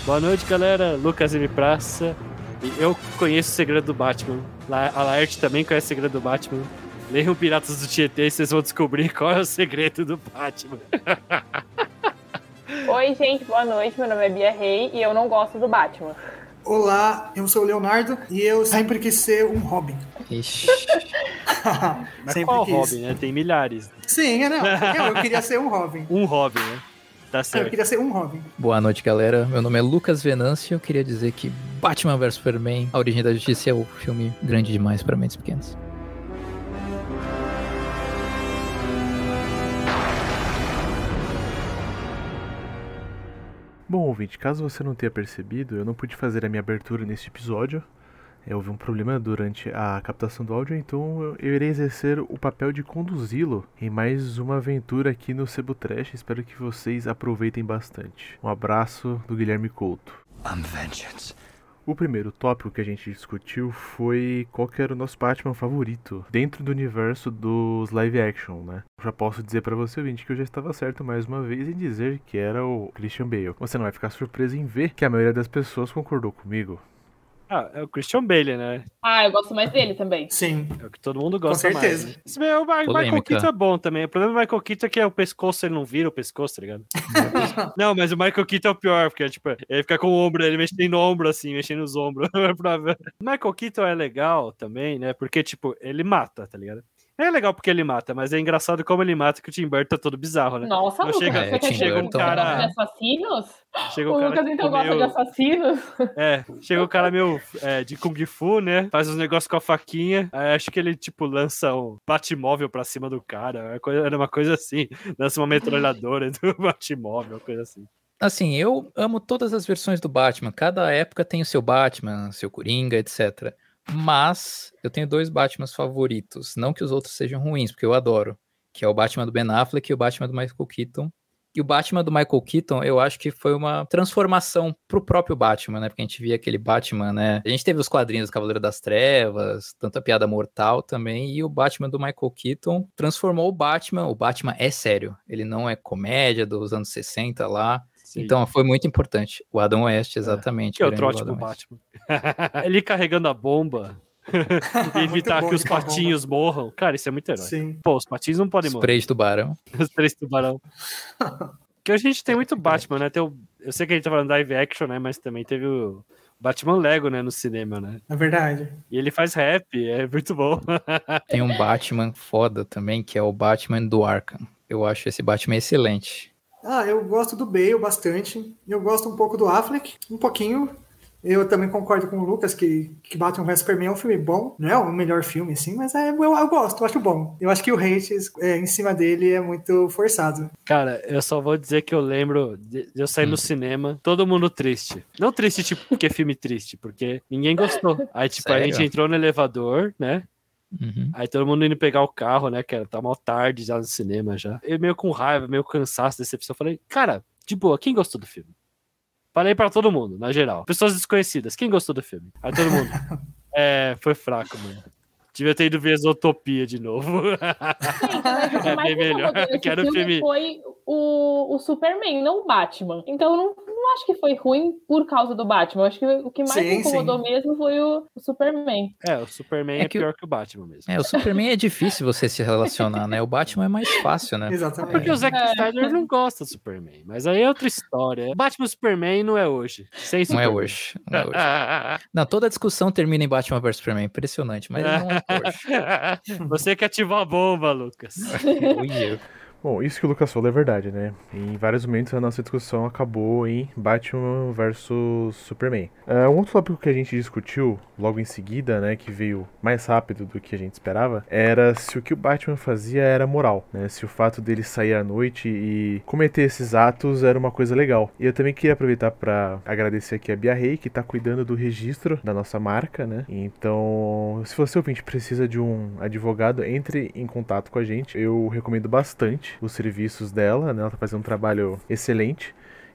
Boa noite, galera. Lucas M. Praça. E eu conheço o segredo do Batman. A Laerte também conhece o segredo do Batman. Leiam Piratas do Tietê e vocês vão descobrir qual é o segredo do Batman. Oi, gente. Boa noite. Meu nome é Bia Rei e eu não gosto do Batman. Olá, eu sou o Leonardo e eu sempre quis ser um Robin. Ixi. Mas sempre qual quis. Robin, né? Tem milhares. Sim, eu queria ser um Robin. Um Robin, né? Tá Eu certo. queria ser um Robin. Boa noite, galera. Meu nome é Lucas Venâncio. Eu queria dizer que Batman vs Superman, A Origem da Justiça, é o filme grande demais para mentes pequenas. Bom, ouvinte, caso você não tenha percebido, eu não pude fazer a minha abertura neste episódio. Houve um problema durante a captação do áudio, então eu irei exercer o papel de conduzi-lo em mais uma aventura aqui no Sebo Trash. Espero que vocês aproveitem bastante. Um abraço do Guilherme Couto. I'm vengeance. O primeiro tópico que a gente discutiu foi qual que era o nosso Batman favorito dentro do universo dos live action, né? Eu já posso dizer pra você, ouvinte, que eu já estava certo mais uma vez em dizer que era o Christian Bale. Você não vai ficar surpreso em ver que a maioria das pessoas concordou comigo. Ah, é o Christian Bale, né? Ah, eu gosto mais dele também. Sim, É o que todo mundo gosta com certeza. mais. Né? Se bem, o Michael Polêmica. Keaton é bom também. O problema do Michael Keaton é que o pescoço, ele não vira o pescoço, tá ligado? Não, mas o Michael Keaton é o pior, porque, tipo, ele fica com o ombro, ele mexendo no ombro, assim, mexendo nos ombros. O Michael Keaton é legal também, né? Porque, tipo, ele mata, tá ligado? É legal porque ele mata, mas é engraçado como ele mata, que o Tim Burton é todo bizarro, né? Nossa, Não Lucas, chega- você quer Tim dizer Burton, que você gosta de né? assassinos? Chega O o cara Lucas tipo, então gosta de meio... assassinos? Chega o cara meio de Kung Fu, né? Faz uns negócios com a faquinha. Aí acho que ele, tipo, lança um batimóvel pra cima do cara. Era uma coisa assim. Lança uma metralhadora do batimóvel, coisa assim. Assim, eu amo todas as versões do Batman. Cada época tem o seu Batman, seu Coringa, etc. Mas eu tenho dois Batmans favoritos. Não que os outros sejam ruins, porque eu adoro. Que é o Batman do Ben Affleck e o Batman do Michael Keaton. E o Batman do Michael Keaton, eu acho que foi uma transformação pro próprio Batman, né? Porque a gente via aquele Batman, né? A gente teve os quadrinhos do Cavaleiro das Trevas, tanto a Piada Mortal também, e o Batman do Michael Keaton transformou o Batman. O Batman é sério, ele não é comédia dos anos 60 lá. Sim. Então, foi muito importante. O Adam West, exatamente. Que é o grande trote Adam pro West. Batman. Ele carregando a bomba. E evitar bom que os ele com a patinhos morram. Cara, isso é muito herói. sim. Pô, os patinhos não podem morrer. Spray de tubarão. Os 3 tubarão. Porque a gente tem muito Batman, né? Eu sei que a gente tá falando live action, né? Mas também teve o Batman Lego, né? No cinema, né? É verdade. E ele faz rap, é muito bom. Tem um Batman foda também, que é o Batman do Arkham. Eu acho esse Batman excelente. Eu gosto do Bale bastante. Eu gosto um pouco do Affleck, um pouquinho. Eu também concordo com o Lucas que Batman vs Superman é um filme bom. Não é o melhor filme, assim, mas eu gosto, eu acho bom. Eu acho que o hate em cima dele é muito forçado. Cara, eu só vou dizer que eu lembro de eu sair no cinema, todo mundo triste. Não triste, tipo, porque é filme triste, porque ninguém gostou. Aí, tipo, a Sério? gente entrou no elevador, né? Uhum. Aí todo mundo indo pegar o carro, né? Que era, tá mal tarde já no cinema já. Eu meio com raiva, meio cansaço, decepção. Falei, cara, de boa, quem gostou do filme? Falei pra todo mundo, na geral. Pessoas desconhecidas, quem gostou do filme? Aí todo mundo. Foi fraco, mano. Devia ter ido ver Zootopia de novo. Gente, mas o que É mais bem me melhor. incomodou nesse Quero filme filme. foi o Superman, não o Batman. Então eu não acho que foi ruim por causa do Batman. Eu acho que o que mais Sim, me incomodou sim. mesmo foi o Superman. O Superman É é que pior que o Batman mesmo. O Superman é difícil você se relacionar, né? O Batman é mais fácil, né? Exatamente. Porque o Zack Snyder não gosta do Superman. Mas aí é outra história. Batman e Superman não é hoje. Sem Não é Superman. hoje. Não é hoje. Não, toda a discussão termina em Batman vs Superman. Impressionante, mas não é hoje. Você que ativou a bomba, Lucas. Ui, Bom, isso que o Lucas falou é verdade, né? Em vários momentos a nossa discussão acabou em Batman vs Superman. Um outro tópico que a gente discutiu logo em seguida, né, que veio mais rápido do que a gente esperava, era se o que o Batman fazia era moral, né? Se o fato dele sair à noite e cometer esses atos era uma coisa legal. E eu também queria aproveitar para agradecer aqui a Bia Rei, que tá cuidando do registro da nossa marca, né? Então, se você ouvinte precisa de um advogado, entre em contato com a gente. Eu recomendo bastante os serviços dela, né? Ela tá fazendo um trabalho excelente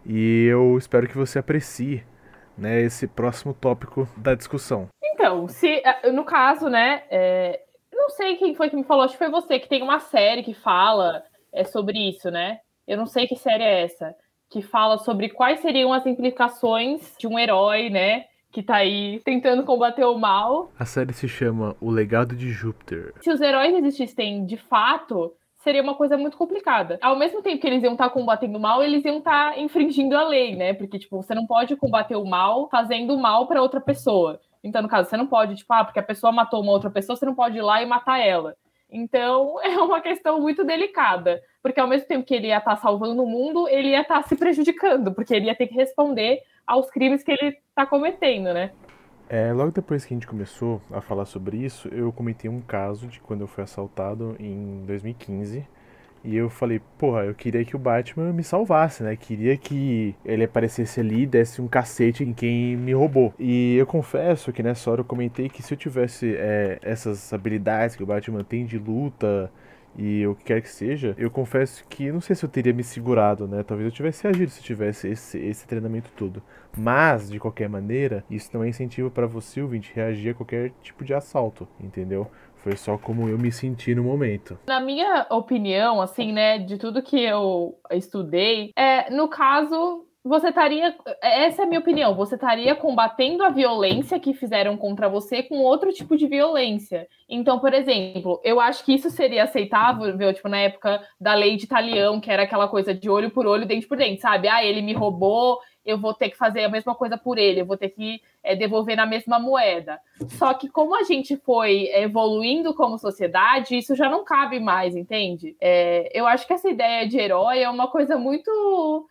e eu espero que você aprecie, né, esse próximo tópico da discussão. Então, no caso, né, não sei quem foi que me falou, acho que foi você, que tem uma série que fala sobre isso, né? Eu não sei que série é essa. que fala sobre quais seriam as implicações de um herói, né? Que tá aí tentando combater o mal. A série se chama O Legado de Júpiter. Se os heróis existissem de fato, seria uma coisa muito complicada. Ao mesmo tempo que eles iam estar combatendo o mal, eles iam estar infringindo a lei, né? Porque, tipo, você não pode combater o mal fazendo mal para outra pessoa. Então, no caso, você não pode, tipo, porque a pessoa matou uma outra pessoa, você não pode ir lá e matar ela. Então, é uma questão muito delicada. Porque ao mesmo tempo que ele ia estar salvando o mundo, ele ia estar se prejudicando, porque ele ia ter que responder aos crimes que ele está cometendo, né? Logo depois que a gente começou a falar sobre isso, eu comentei um caso de quando eu fui assaltado em 2015. E eu falei, porra, eu queria que o Batman me salvasse, né? Queria que ele aparecesse ali e desse um cacete em quem me roubou. E eu confesso que nessa hora eu comentei que se eu tivesse essas habilidades que o Batman tem de luta e o que quer que seja, eu confesso que não sei se eu teria me segurado, né? Talvez eu tivesse agido se eu tivesse esse treinamento todo. Mas, de qualquer maneira, isso não é incentivo para você, ouvinte, reagir a qualquer tipo de assalto, entendeu? Foi só como eu me senti no momento. Na minha opinião, assim, né, de tudo que eu estudei, no caso, você estaria... Essa é a minha opinião. Você estaria combatendo a violência que fizeram contra você com outro tipo de violência. Então, por exemplo, eu acho que isso seria aceitável, tipo, na época da lei de Talião, que era aquela coisa de olho por olho, dente por dente, sabe? Ah, ele me roubou, eu vou ter que fazer a mesma coisa por ele, eu vou ter que devolver na mesma moeda. Só que como a gente foi evoluindo como sociedade, isso já não cabe mais, entende? Eu acho que essa ideia de herói é uma coisa muito...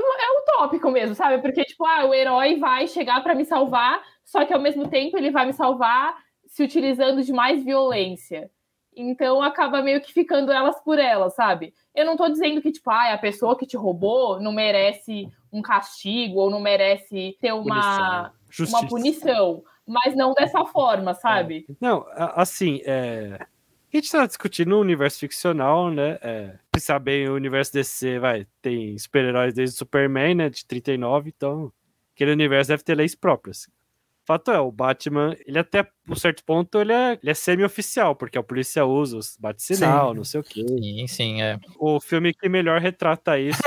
É utópico mesmo, sabe? Porque, tipo, o herói vai chegar para me salvar, só que ao mesmo tempo ele vai me salvar se utilizando de mais violência. Então acaba meio que ficando elas por elas, sabe? Eu não tô dizendo que, tipo, a pessoa que te roubou não merece um castigo ou não merece ter uma punição, mas não dessa forma, sabe? Não, assim, a gente tá discutindo um universo ficcional, né? Pensar bem, o universo DC, tem super-heróis desde o Superman, né? De 39, então aquele universo deve ter leis próprias. Fato o Batman, ele até um certo ponto, ele é semi-oficial, porque a polícia usa os bate-sinal, não sei o quê. Sim, O filme que melhor retrata isso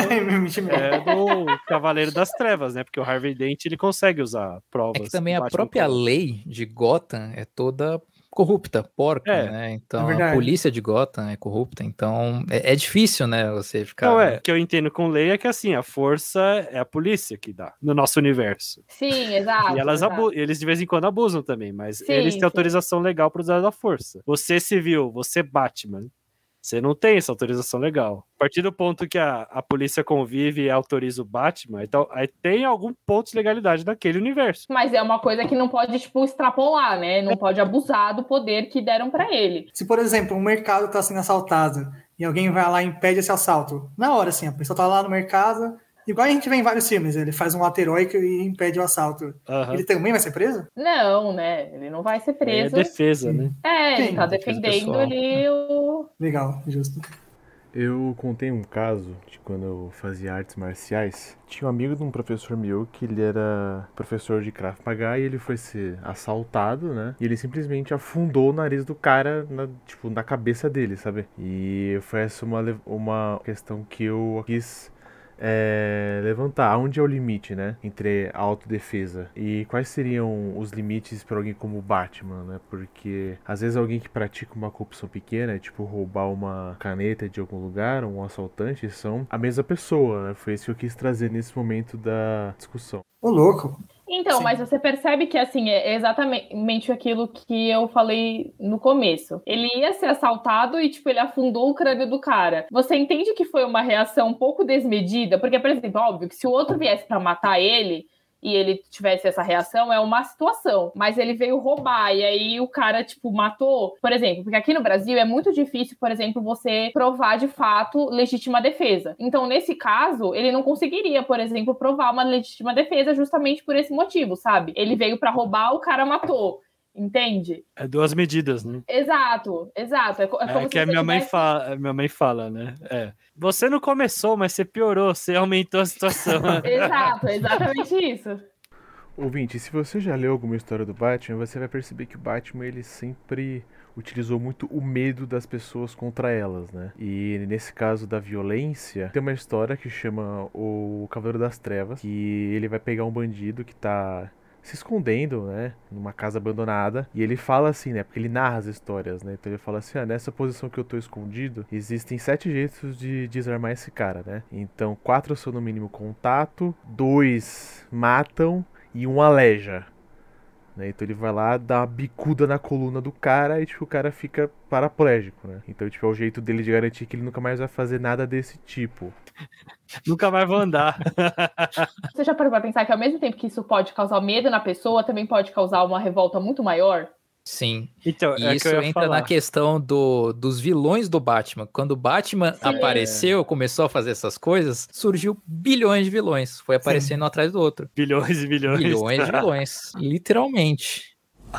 é do Cavaleiro das Trevas, né? Porque o Harvey Dent, ele consegue usar provas. É que também a própria lei de Gotham é toda corrupta, porca, né? Então a polícia de Gotham é corrupta, então é difícil, né, você ficar... Não, o que eu entendo com lei é que, assim, a força é a polícia que dá no nosso universo. Sim, exato. E eles de vez em quando abusam também, mas eles têm autorização legal para usar da força. Você civil, você Batman, você não tem essa autorização legal. A partir do ponto que a polícia convive e autoriza o Batman, então aí tem algum ponto de legalidade naquele universo. Mas é uma coisa que não pode, tipo, extrapolar, né? Não pode abusar do poder que deram pra ele. Se, por exemplo, um mercado tá sendo assaltado e alguém vai lá e impede esse assalto, na hora, assim, a pessoa tá lá no mercado, igual a gente vê em vários filmes, ele faz um ato heróico e impede o assalto. Ele também vai ser preso? Não, né? Ele não vai ser preso. É defesa, né? Ele tá defendendo ali o... Legal, justo. Eu contei um caso de quando eu fazia artes marciais. Tinha um amigo de um professor meu que ele era professor de Krav Maga e ele foi ser assaltado, né? E ele simplesmente afundou o nariz do cara na cabeça dele, sabe? E foi essa uma questão que eu quis levantar. Onde é o limite, né? Entre a autodefesa e quais seriam os limites para alguém como o Batman, né? Porque às vezes alguém que pratica uma corrupção pequena, tipo roubar uma caneta de algum lugar, um assaltante, são a mesma pessoa, né? Foi isso que eu quis trazer nesse momento da discussão. Ô, louco! Então, mas você percebe que, assim, é exatamente aquilo que eu falei no começo. Ele ia ser assaltado e, tipo, ele afundou o crânio do cara. Você entende que foi uma reação um pouco desmedida? Porque, por exemplo, óbvio que se o outro viesse pra matar ele e ele tivesse essa reação, é uma situação. Mas ele veio roubar e aí o cara, tipo, matou. Por exemplo, porque aqui no Brasil é muito difícil, por exemplo, você provar de fato legítima defesa. Então, nesse caso, ele não conseguiria, por exemplo, provar uma legítima defesa justamente por esse motivo, sabe? Ele veio pra roubar, o cara matou. Entende? É duas medidas, né? Exato. É como que a minha mãe fala, né? Você não começou, mas você piorou, você aumentou a situação. Exato, exatamente isso. Ouvinte, se você já leu alguma história do Batman, você vai perceber que o Batman, ele sempre utilizou muito o medo das pessoas contra elas, né? E nesse caso da violência, tem uma história que chama O Cavaleiro das Trevas, que ele vai pegar um bandido que tá se escondendo, né, numa casa abandonada, e ele fala assim, né, porque ele narra as histórias, né, então ele fala assim, nessa posição que eu tô escondido, existem 7 jeitos de desarmar esse cara, né, então 4 são no mínimo contato, 2 matam e 1 aleja, né, então ele vai lá, dá uma bicuda na coluna do cara e tipo, o cara fica paraplégico, né, então tipo, é o jeito dele de garantir que ele nunca mais vai fazer nada desse tipo. Nunca mais vou andar. Você já parou pra pensar que ao mesmo tempo que isso pode causar medo na pessoa, também pode causar uma revolta muito maior? Sim. Então, E isso entra na questão dos vilões do Batman. Quando o Batman apareceu, começou a fazer essas coisas, surgiu bilhões de vilões. Foi aparecendo um atrás do outro. Bilhões e bilhões. Bilhões de vilões. Literalmente.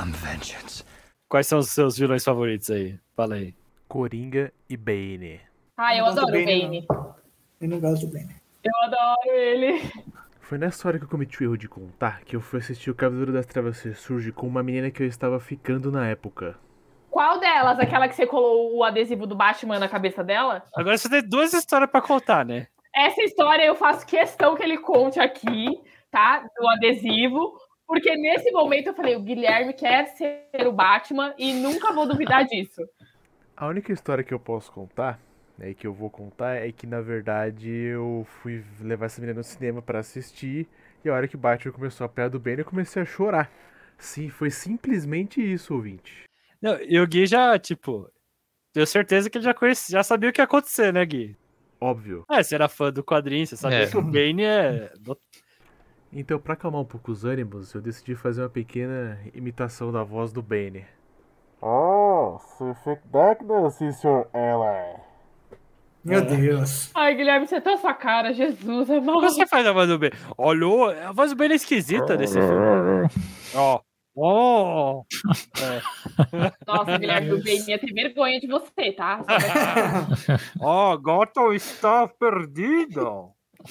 Quais são os seus vilões favoritos aí? Fala aí. Coringa e Bane. Ah, eu adoro o Bane. Eu não gosto do Bane. Eu adoro ele. Foi nessa hora que eu cometi o erro de contar que eu fui assistir o Cavaleiro das Trevas Ressurge com uma menina que eu estava ficando na época. Qual delas? Aquela que você colou o adesivo do Batman na cabeça dela? Agora você tem 2 histórias pra contar, né? Essa história eu faço questão que ele conte aqui, tá? Do adesivo. Porque nesse momento eu falei, o Guilherme quer ser o Batman e nunca vou duvidar disso. A única história que eu posso contar, né, que eu vou contar, é que na verdade eu fui levar essa menina no cinema pra assistir e a hora que o Batman começou a apanhar do Bane eu comecei a chorar. Sim, foi simplesmente isso, ouvinte. Não, e o Gui já, tipo, tenho certeza que ele já sabia o que ia acontecer, né, Gui? Óbvio. Você era fã do quadrinho, você sabia que o Bane é... Então, pra acalmar um pouco os ânimos, eu decidi fazer uma pequena imitação da voz do Bane. Oh, so thick darkness is your ally. Meu Deus. Ai, Guilherme, você tá essa cara, Jesus, é mal. Como você faz a voz do Bane? Olha, a voz do Bane é esquisita desse filme. Nossa, Guilherme, o Bane ia ter vergonha de você, tá? Gotham está perdido.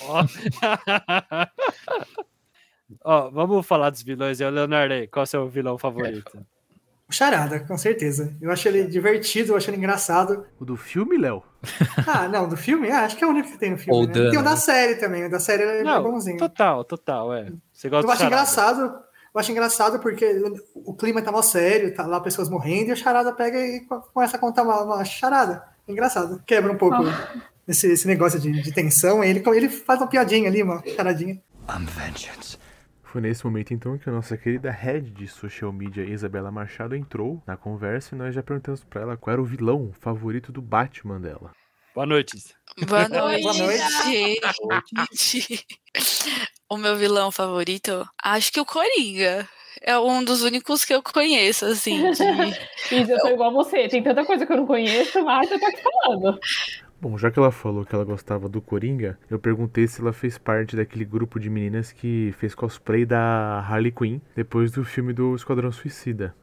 Vamos falar dos vilões. Leonardo, qual é o seu vilão favorito? O Charada, com certeza. Eu acho ele divertido, eu acho ele engraçado. O do filme, Léo? Não, do filme? Acho que é o único que tem no filme. Né? Tem o da série também. O da série é bonzinho. Total, Você gosta do Charada? Eu acho engraçado porque o clima tá mó sério, tá lá pessoas morrendo, e o Charada pega e começa a contar uma charada. É engraçado. Quebra um pouco esse negócio de tensão. Ele faz uma piadinha ali, uma charadinha. I'm vengeance. Foi nesse momento então que a nossa querida head de social media, Isabela Machado, entrou na conversa e nós já perguntamos pra ela qual era o vilão favorito do Batman dela. Boa noite. Boa noite. Boa noite. Gente. O meu vilão favorito, acho que o Coringa. É um dos únicos que eu conheço, assim. Isso, eu sou igual a você. Tem tanta coisa que eu não conheço, mas eu tô aqui falando. Bom, já que ela falou que ela gostava do Coringa, eu perguntei se ela fez parte daquele grupo de meninas que fez cosplay da Harley Quinn depois do filme do Esquadrão Suicida.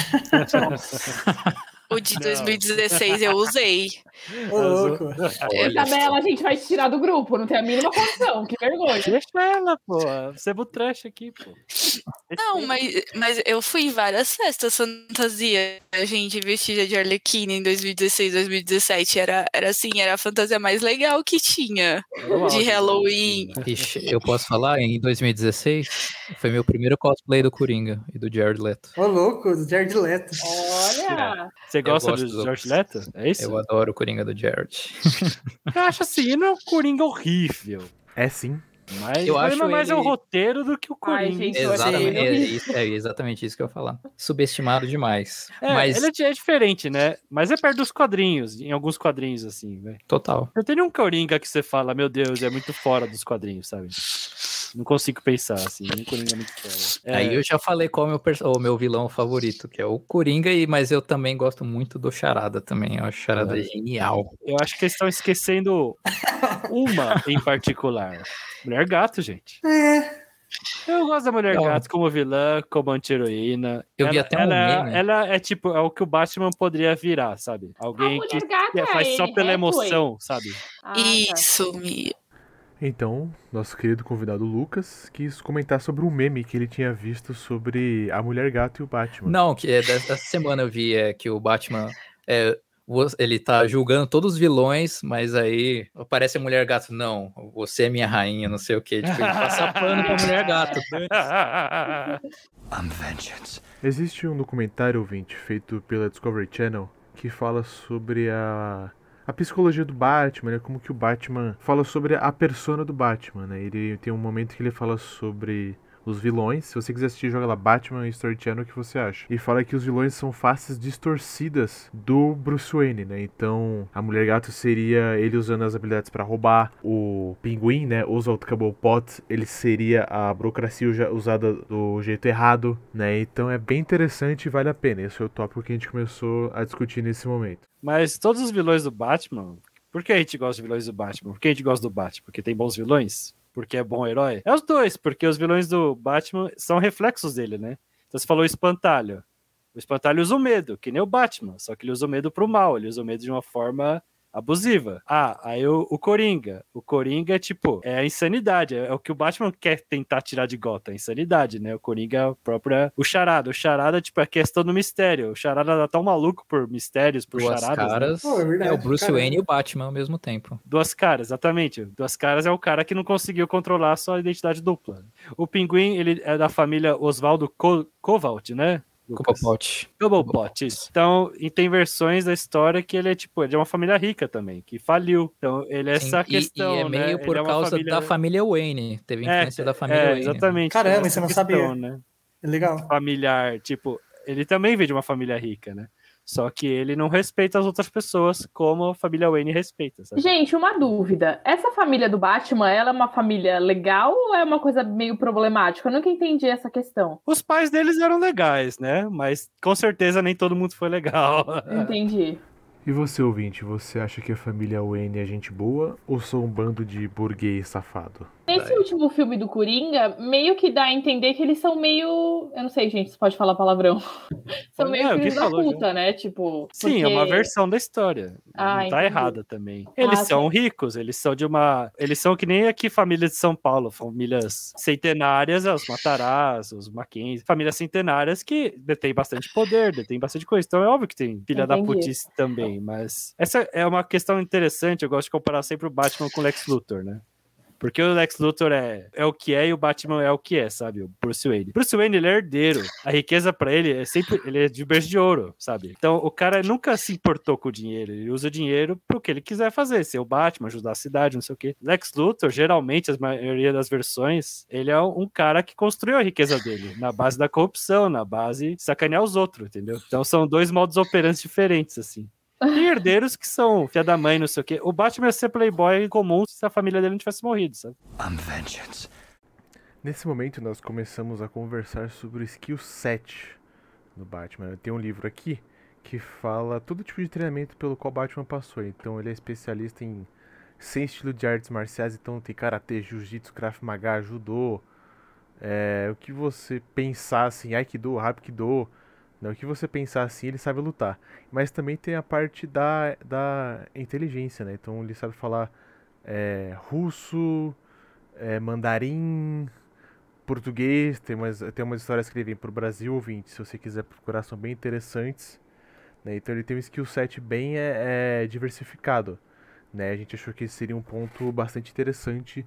O de 2016 eu usei. Ô, louco. Isabela, a gente vai te tirar do grupo, não tem a mínima condição, que vergonha. Deixa ela, pô. Você é trash aqui, pô. Não, mas eu fui em várias festas fantasia. A gente vestida de Arlequina em 2016, 2017. Era assim, era a fantasia mais legal que tinha de Halloween. Ixi, eu posso falar? Em 2016 foi meu primeiro cosplay do Coringa e do Jared Leto. Ô, louco, do Jared Leto. Olha! Você gosta do gosto George Leto? É isso? Eu adoro o Coringa do Jared. Eu acho assim, não é um Coringa horrível. É sim. Mas Eu o acho problema mais é o ele- roteiro do que o Coringa. Ai, gente, eu achei Exatamente, ele é exatamente isso que eu ia falar. Subestimado demais. É, Mas ele é diferente, né? Mas é perto dos quadrinhos, em alguns quadrinhos, assim, velho. total. Não tem nenhum Coringa que você fala, meu Deus, é muito fora dos quadrinhos, sabe? Não consigo pensar, assim, nenhum Coringa é muito fora. Aí eu já falei qual é o meu vilão favorito, que é o Coringa, mas eu também gosto muito do Charada também. Eu acho o Charada genial. Eu acho que eles estão esquecendo uma em particular. Mulher Gato, gente. Eu gosto da Mulher Não. Gato como vilã, como anti-heroína. Eu vi até um meme. Ela é tipo, é o que o Batman poderia virar, sabe? Alguém A que Mulher Gato faz é só Anne pela Hathaway. emoção, sabe? Ah, tá. Isso, Mia. Então, nosso querido convidado Lucas quis comentar sobre um meme que ele tinha visto sobre a Mulher Gato e o Batman. Não, que dessa semana eu vi que o Batman, ele tá julgando todos os vilões, mas aí aparece a Mulher Gato, não, você é minha rainha, não sei o quê. Tipo, ele passa pano pra Mulher Gato. I'm vengeance. Existe um documentário, ouvinte, feito pela Discovery Channel, que fala sobre a psicologia do Batman, né? Como que o Batman fala sobre a persona do Batman, né? Ele tem um momento que ele fala sobre os vilões. Se você quiser assistir, joga lá Batman Story Channel, o que você acha? E fala que os vilões são faces distorcidas do Bruce Wayne, né? Então, a Mulher Gato seria ele usando as habilidades pra roubar. O Pinguim, né? Oswald Cobblepot, ele seria a burocracia usada do jeito errado, né? Então é bem interessante e vale a pena. Esse é o tópico que a gente começou a discutir nesse momento. Mas todos os vilões do Batman... Por que a gente gosta de vilões do Batman? Por que a gente gosta do Batman? Porque tem bons vilões? Porque é bom herói? É os dois, porque os vilões do Batman são reflexos dele, né? Então você falou o Espantalho. O Espantalho usa o medo, que nem o Batman, só que ele usa o medo pro mal, ele usa o medo de uma forma abusiva. Aí o Coringa. O Coringa é a insanidade, é o que o Batman quer tentar tirar de Gotham, a insanidade, né? O Coringa é o Charada. O Charada, é a questão do mistério. O Charada tá tão maluco por mistérios, por Duas charadas, caras, né? Pô, é verdade, o Bruce caramba. Wayne e o Batman ao mesmo tempo. Duas caras, exatamente. Duas caras é o cara que não conseguiu controlar a sua identidade dupla. O Pinguim, ele é da família Oswaldo Cobblepot, né? Cobblepot, isso. Então, e tem versões da história que ele é ele é uma família rica também, que faliu. Então, ele é Sim, essa questão, e é meio né? por causa da família Wayne. Teve influência da família Wayne. Exatamente. Caramba, você não sabia. Né? É legal. Familiar, ele também veio de uma família rica, né? Só que ele não respeita as outras pessoas como a família Wayne respeita, sabe? Gente, uma dúvida. Essa família do Batman, ela é uma família legal ou é uma coisa meio problemática? Eu nunca entendi essa questão. Os pais deles eram legais, né? Mas com certeza nem todo mundo foi legal. Entendi. E você, ouvinte, você acha que a família Wayne é gente boa ou são um bando de burguês safado? Nesse último filme do Coringa, meio que dá a entender que eles são meio... Eu não sei, gente, se pode falar palavrão. São meio filhos da puta, né? Tipo... Sim, porque... é uma versão da história. Não tá entendi. errada também. Eles são ricos, eles são Eles são que nem aqui famílias de São Paulo, famílias centenárias, os Matarazzo, os Mackenzie, famílias centenárias que detêm bastante poder, detêm bastante coisa. Então é óbvio que tem filha da putice também, mas essa é uma questão interessante, eu gosto de comparar sempre o Batman com o Lex Luthor, né? Porque o Lex Luthor é o que é e o Batman é o que é, sabe? O Bruce Wayne. Bruce Wayne, ele é herdeiro. A riqueza pra ele é sempre... Ele é de berço de ouro, sabe? Então, o cara nunca se importou com o dinheiro. Ele usa o dinheiro pro que ele quiser fazer. Ser o Batman, ajudar a cidade, não sei o quê. Lex Luthor, geralmente, a maioria das versões, ele é um cara que construiu a riqueza dele. Na base da corrupção, na base de sacanear os outros, entendeu? Então, são dois modos operantes diferentes, assim. Tem herdeiros que são filha da mãe, não sei o quê. O Batman ia ser playboy comum se a família dele não tivesse morrido, sabe? I'm vengeance. Nesse momento, nós começamos a conversar sobre o skill 7 do Batman. Tem um livro aqui que fala todo tipo de treinamento pelo qual Batman passou. Então, ele é especialista em 100 estilos de artes marciais. Então, tem karatê, jiu-jitsu, krav maga, judô. O que você pensar assim, aikido, hapkido... O que você pensar assim, ele sabe lutar. Mas também tem a parte da inteligência, né? Então ele sabe falar russo, mandarim, português. Tem umas histórias que ele vem pro Brasil, ouvinte. Se você quiser procurar, são bem interessantes. Né? Então ele tem um skill set bem diversificado. Né? A gente achou que esse seria um ponto bastante interessante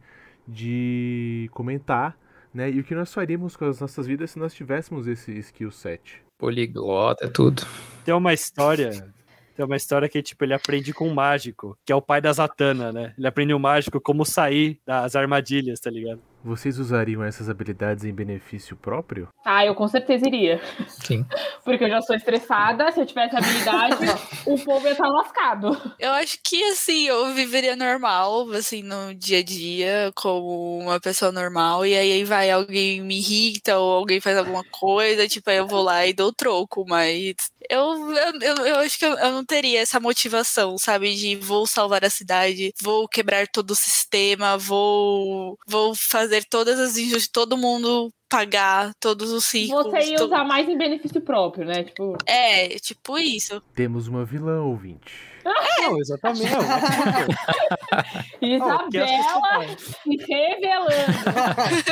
de comentar. Né? E o que nós faríamos com as nossas vidas se nós tivéssemos esse skill set? Poliglota, é tudo. Tem uma história que, ele aprende com um mágico, que é o pai da Zatanna, né? Ele aprende um mágico como sair das armadilhas, tá ligado? Vocês usariam essas habilidades em benefício próprio? Eu com certeza iria. Sim. Porque eu já sou estressada, se eu tivesse habilidade, o povo ia estar lascado. Eu acho que, assim, eu viveria normal, assim, no dia a dia, como uma pessoa normal, e aí vai, alguém me irrita, ou alguém faz alguma coisa, aí eu vou lá e dou troco, mas eu acho que eu não teria essa motivação, sabe, de vou salvar a cidade, vou quebrar todo o sistema, vou fazer fazer todas as injustiças, todo mundo pagar todos os ciclos. Você ia usar mais em benefício próprio, né? Tipo... tipo isso. Temos uma vilã, ouvinte. Não, exatamente. Isabela se revelando.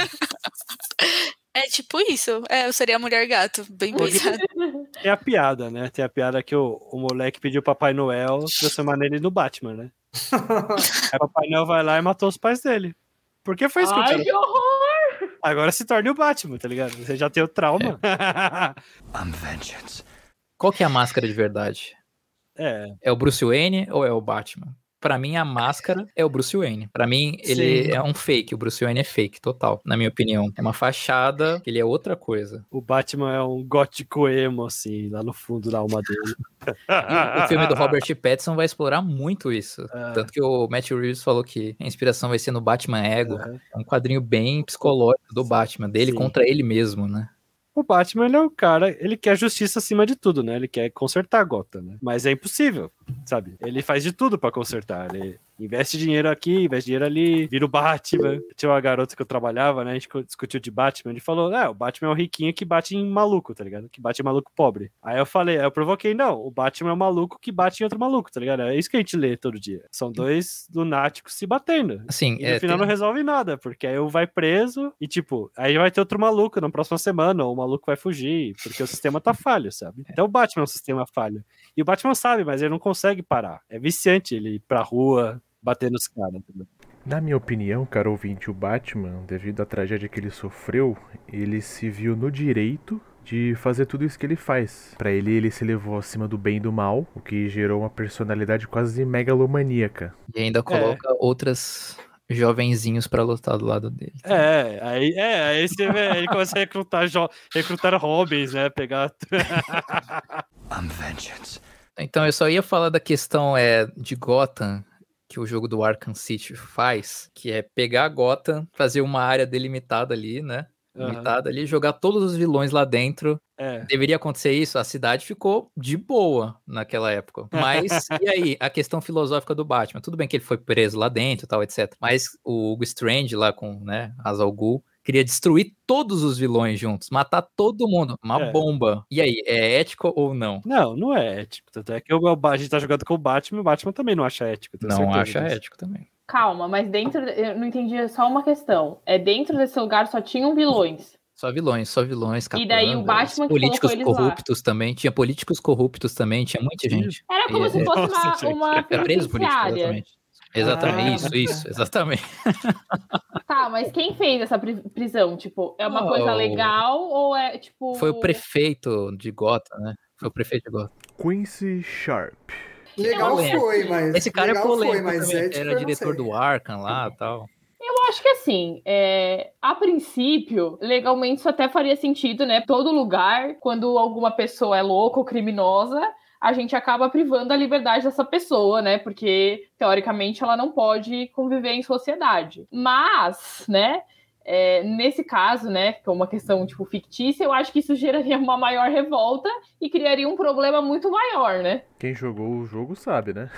É tipo isso. Eu seria a mulher gato, bem pensado. Tem a piada, né? Tem a piada que o moleque pediu Papai Noel transformar ele no Batman, né? Aí Papai Noel vai lá e matou os pais dele. Por que foi isso que o cara... que horror! Agora se torne o Batman, tá ligado? Você já tem o trauma. I'm vengeance. Qual que é a máscara de verdade? É o Bruce Wayne ou é o Batman? Pra mim, a máscara é o Bruce Wayne. Pra mim, ele é um fake. O Bruce Wayne é fake, total, na minha opinião. É uma fachada, ele é outra coisa. O Batman é um gótico emo, assim, lá no fundo da alma dele. E o filme do Robert Pattinson vai explorar muito isso. Tanto que o Matt Reeves falou que a inspiração vai ser no Batman Ego. É um quadrinho bem psicológico do Batman, dele contra ele mesmo, né? O Batman, ele é o cara, ele quer justiça acima de tudo, né? Ele quer consertar a Gotham, né? Mas é impossível, sabe? Ele faz de tudo pra consertar. Ele investe dinheiro aqui, investe dinheiro ali, vira o Batman. Tinha uma garota que eu trabalhava, né? A gente discutiu de Batman. Ele falou, o Batman é o riquinho que bate em maluco, tá ligado? Que bate em maluco pobre. Aí eu provoquei, não, o Batman é o maluco que bate em outro maluco, tá ligado? É isso que a gente lê todo dia. São dois lunáticos se batendo. Assim, e no final não resolve nada, porque aí um vai preso e, tipo, aí vai ter outro maluco na próxima semana, ou o maluco vai fugir, porque o sistema tá falho, sabe? Então o Batman é um sistema falho. E o Batman sabe, mas ele não consegue parar. É viciante ele ir pra rua, bater nos caras, entendeu? Na minha opinião, cara ouvinte, o Batman, devido à tragédia que ele sofreu, ele se viu no direito de fazer tudo isso que ele faz. Pra ele se levou acima do bem e do mal, o que gerou uma personalidade quase megalomaníaca. E ainda coloca outras jovenzinhos pra lutar do lado dele. Aí você vê, ele começa a recrutar Robins, né? Pegar... I'm vengeance. Então eu só ia falar da questão de Gotham, que o jogo do Arkham City faz, que é pegar Gotham, fazer uma área delimitada ali, né? Limitada ali, jogar todos os vilões lá dentro. Deveria acontecer isso? A cidade ficou de boa naquela época. Mas, e aí? A questão filosófica do Batman. Tudo bem que ele foi preso lá dentro e tal, etc. Mas o Hugo Strange lá com, né, Ra's al Ghul, queria destruir todos os vilões juntos, matar todo mundo, uma bomba. E aí, é ético ou não? Não é ético. Tanto é que a gente tá jogando com o Batman também não acha ético. Não acha ético também. Calma, mas dentro... Eu não entendi só uma questão. Dentro desse lugar só tinham vilões. Só vilões, capangas. E daí o Batman que políticos colocou eles corruptos lá. Também, tinha políticos corruptos também, tinha muita gente. Era como se fosse uma preso político, exatamente. Isso, exatamente. Tá, mas quem fez essa prisão? Tipo, é uma coisa legal ou é tipo... Foi o prefeito de Gotham, né? Foi o prefeito de Gotham. Quincy Sharp. Legal foi, mas... Esse cara legal é polêmico foi, mas também. Era diretor do Arkham lá e tal. Eu acho que assim, a princípio, legalmente isso até faria sentido, né? Todo lugar, quando alguma pessoa é louca ou criminosa, a gente acaba privando a liberdade dessa pessoa, né? Porque, teoricamente, ela não pode conviver em sociedade. Mas, né? Nesse caso, né, que é uma questão tipo fictícia, eu acho que isso geraria uma maior revolta e criaria um problema muito maior, né? Quem jogou o jogo sabe, né?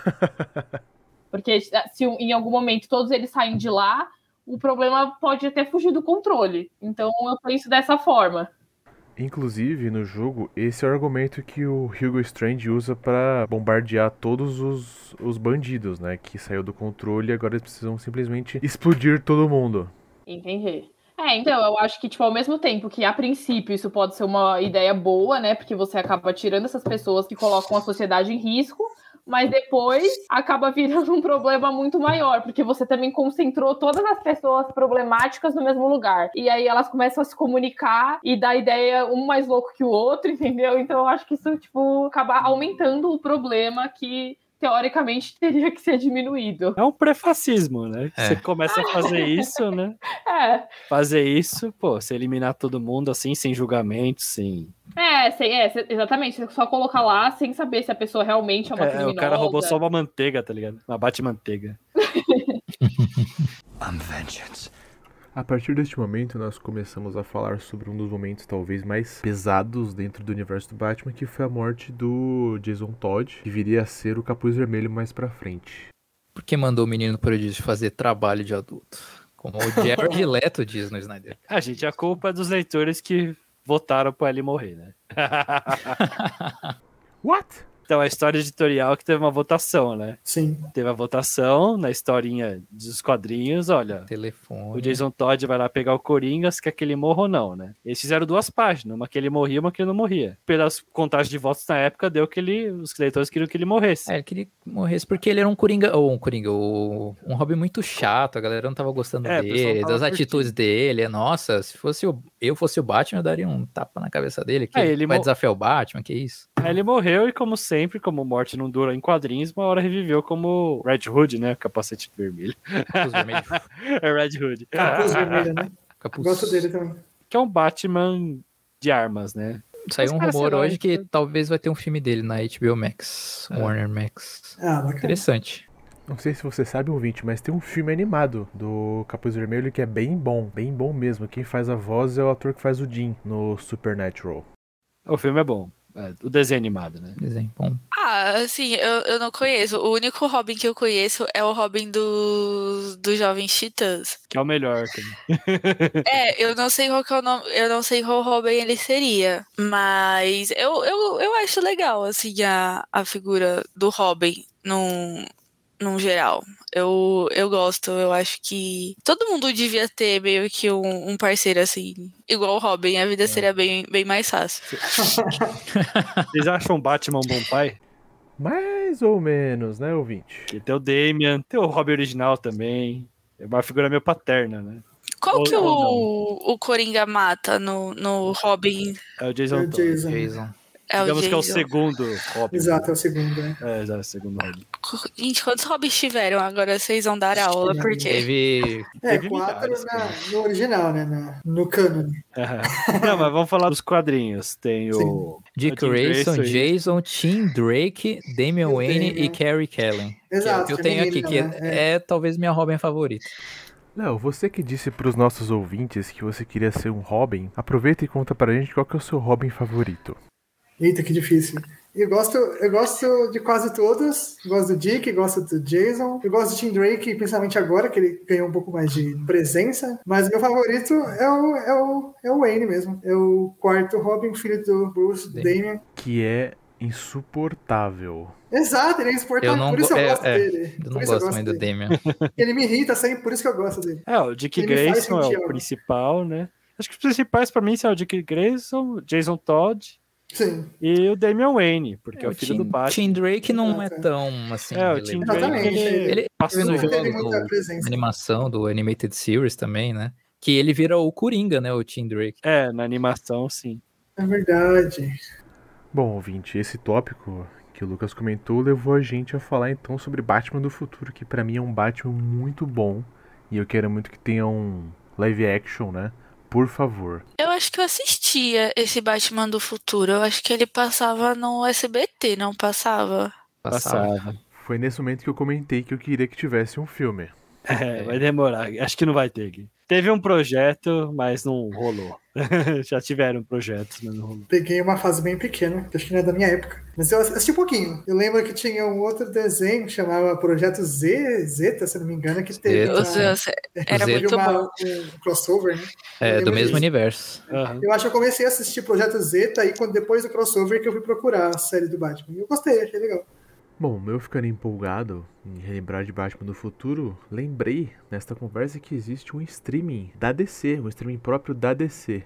Porque se em algum momento todos eles saem de lá, o problema pode até fugir do controle. Então eu penso dessa forma. Inclusive, no jogo, esse é o argumento que o Hugo Strange usa pra bombardear todos os bandidos, né? Que saiu do controle e agora eles precisam simplesmente explodir todo mundo. Entendi. Então, eu acho que, tipo, ao mesmo tempo que, a princípio, isso pode ser uma ideia boa, né? Porque você acaba tirando essas pessoas que colocam a sociedade em risco, mas depois acaba virando um problema muito maior, porque você também concentrou todas as pessoas problemáticas no mesmo lugar. E aí elas começam a se comunicar e dar ideia um mais louco que o outro, entendeu? Então eu acho que isso, tipo, acaba aumentando o problema que... teoricamente teria que ser diminuído. É um pré-fascismo, né? Você começa a fazer isso, né? Fazer isso, você eliminar todo mundo assim, sem julgamento, sem... exatamente. Você só colocar lá sem saber se a pessoa realmente é uma criminosa. O cara roubou só uma manteiga, tá ligado? Uma bate-manteiga. I'm vengeance. A partir deste momento, nós começamos a falar sobre um dos momentos talvez mais pesados dentro do universo do Batman, que foi a morte do Jason Todd, que viria a ser o Capuz Vermelho mais pra frente. Por que mandou o menino prodígio fazer trabalho de adulto? Como o Jared Leto diz no Snyder. Gente, a culpa é dos leitores que votaram pra ele morrer, né? What? Então, a história editorial que teve uma votação, né? Sim. Teve a votação na historinha dos quadrinhos, olha. Telefone. O Jason Todd vai lá pegar o Coringa, se quer que ele morra ou não, né? Eles fizeram 2 páginas, uma que ele morria e uma que ele não morria. Pelas contagens de votos na época, deu que os leitores queriam que ele morresse. Ele queria que morresse porque ele era um um Robin muito chato, a galera não tava gostando O pessoal dele, não tava das atitudes dele. Nossa, se eu fosse o Batman, eu daria um tapa na cabeça dele, que ele vai desafiar o Batman, que isso? Aí ele morreu e, como sempre, como morte não dura em quadrinhos, uma hora reviveu como Red Hood, né? Capacete vermelho. Capuz vermelho. É Red Hood. Capuz vermelho, né? Capuz. Gosto dele também. Que é um Batman de armas, né? Saiu um Mas, cara, rumor sei lá, hoje que talvez vai ter um filme dele na HBO Max, Warner Max. Bacana. Interessante. Não sei se você sabe, ouvinte, mas tem um filme animado do Capuz Vermelho que é bem bom mesmo. Quem faz a voz é o ator que faz o Jim no Supernatural. O filme é bom. O desenho animado, né? Desenho bom. Assim, eu não conheço. O único Robin que eu conheço é o Robin dos Jovens Titãs. Que é o melhor. Eu não sei qual que é o nome, eu não sei qual Robin ele seria, mas eu acho legal, assim, a figura do Robin num geral. Eu gosto, eu acho que todo mundo devia ter meio que um parceiro assim, igual o Robin, a vida seria bem mais fácil. Vocês acham o Batman um bom pai? Mais ou menos, né, ouvinte? Que tem o Damian, tem o Robin original também. É uma figura meio paterna, né? Qual que o Coringa mata no Robin? É o Jason. É o Jason. Digamos que é o segundo Robin. Exato, é o segundo, né? Exato, é o segundo Robin. Gente, quantos Robins tiveram? Agora vocês vão dar aula, porque... Teve 4 milhares, no original, né? No cânone. Não, mas vamos falar dos quadrinhos. Tem o Dick Grayson, Jason, Tim Drake, Damian Wayne e Carrie Kelly. Exato. Que eu tenho aqui, que é talvez minha Robin favorita. Léo, você que disse pros nossos ouvintes que você queria ser um Robin, aproveita e conta pra gente qual que é o seu Robin favorito. Eita, que difícil. Eu gosto de quase todos. Gosto do Dick, gosto do Jason. Eu gosto do Tim Drake, principalmente agora, que ele ganhou um pouco mais de presença. Mas meu favorito é o Wayne mesmo. É o quarto Robin, filho do Bruce Damian. Que é insuportável. Exato, ele é insuportável. Por isso eu gosto dele. Eu não gosto muito do Damian. Ele me irrita sempre, por isso que eu gosto dele. O Dick Grayson é o principal, né? Acho que os principais pra mim são o Dick Grayson, Jason Todd. Sim. E o Damian Wayne, porque é o filho do Batman. Tim Drake não é tão assim. O Tim Drake ele passou no jogo animação do Animated Series também, né? Que ele vira o Coringa, né? O Tim Drake. Na animação, sim. É verdade. Bom, ouvinte, esse tópico que o Lucas comentou levou a gente a falar então sobre Batman do Futuro, que pra mim é um Batman muito bom. E eu quero muito que tenha um live action, né? Por favor. Eu acho que eu assistia esse Batman do Futuro. Eu acho que ele passava no SBT, não passava? Passava. Foi nesse momento que eu comentei que eu queria que tivesse um filme. Vai demorar. Acho que não vai ter aqui. Teve um projeto, mas não rolou. Já tiveram projetos, mas não rolou. Peguei uma fase bem pequena, que acho que não é da minha época. Mas eu assisti um pouquinho. Eu lembro que tinha um outro desenho que chamava Projeto Zeta, se não me engano, que teve era muito bom. Um crossover, né? Do mesmo universo. Eu acho que eu comecei a assistir Projeto Zeta e depois do crossover que eu fui procurar a série do Batman. Eu gostei, achei legal. Bom, eu ficando empolgado em relembrar de Batman do Futuro, lembrei nesta conversa que existe um streaming da DC, um streaming próprio da DC.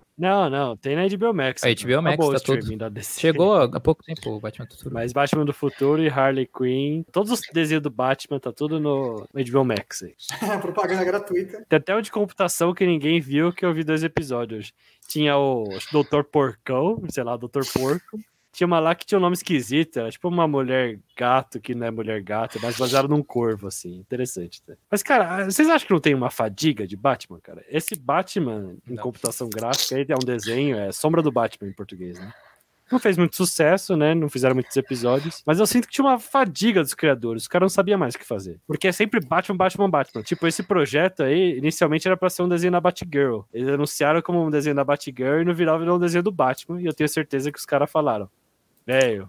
Não, tem na HBO Max. A HBO Max tá tudo. Chegou há pouco tempo o Batman do Futuro. Mas Batman do Futuro e Harley Quinn, todos os desenhos do Batman, tá tudo no HBO Max aí. Propaganda gratuita. Tem até um de computação que ninguém viu, que eu vi 2 episódios. Tinha o Dr. Porcão, sei lá, Dr. Porco. Tinha uma lá que tinha um nome esquisito, era tipo uma mulher gato, que não é mulher gato, mas baseado num corvo, assim, interessante. Tá? Mas, cara, vocês acham que não tem uma fadiga de Batman, cara? Esse Batman em computação gráfica, aí é um desenho, é Sombra do Batman em português, né? Não fez muito sucesso, né? Não fizeram muitos episódios. Mas eu sinto que tinha uma fadiga dos criadores. Os caras não sabiam mais o que fazer. Porque é sempre Batman. Tipo, esse projeto aí, inicialmente era pra ser um desenho da Batgirl. Eles anunciaram como um desenho da Batgirl e no final virou um desenho do Batman. E eu tenho certeza que os caras falaram: velho,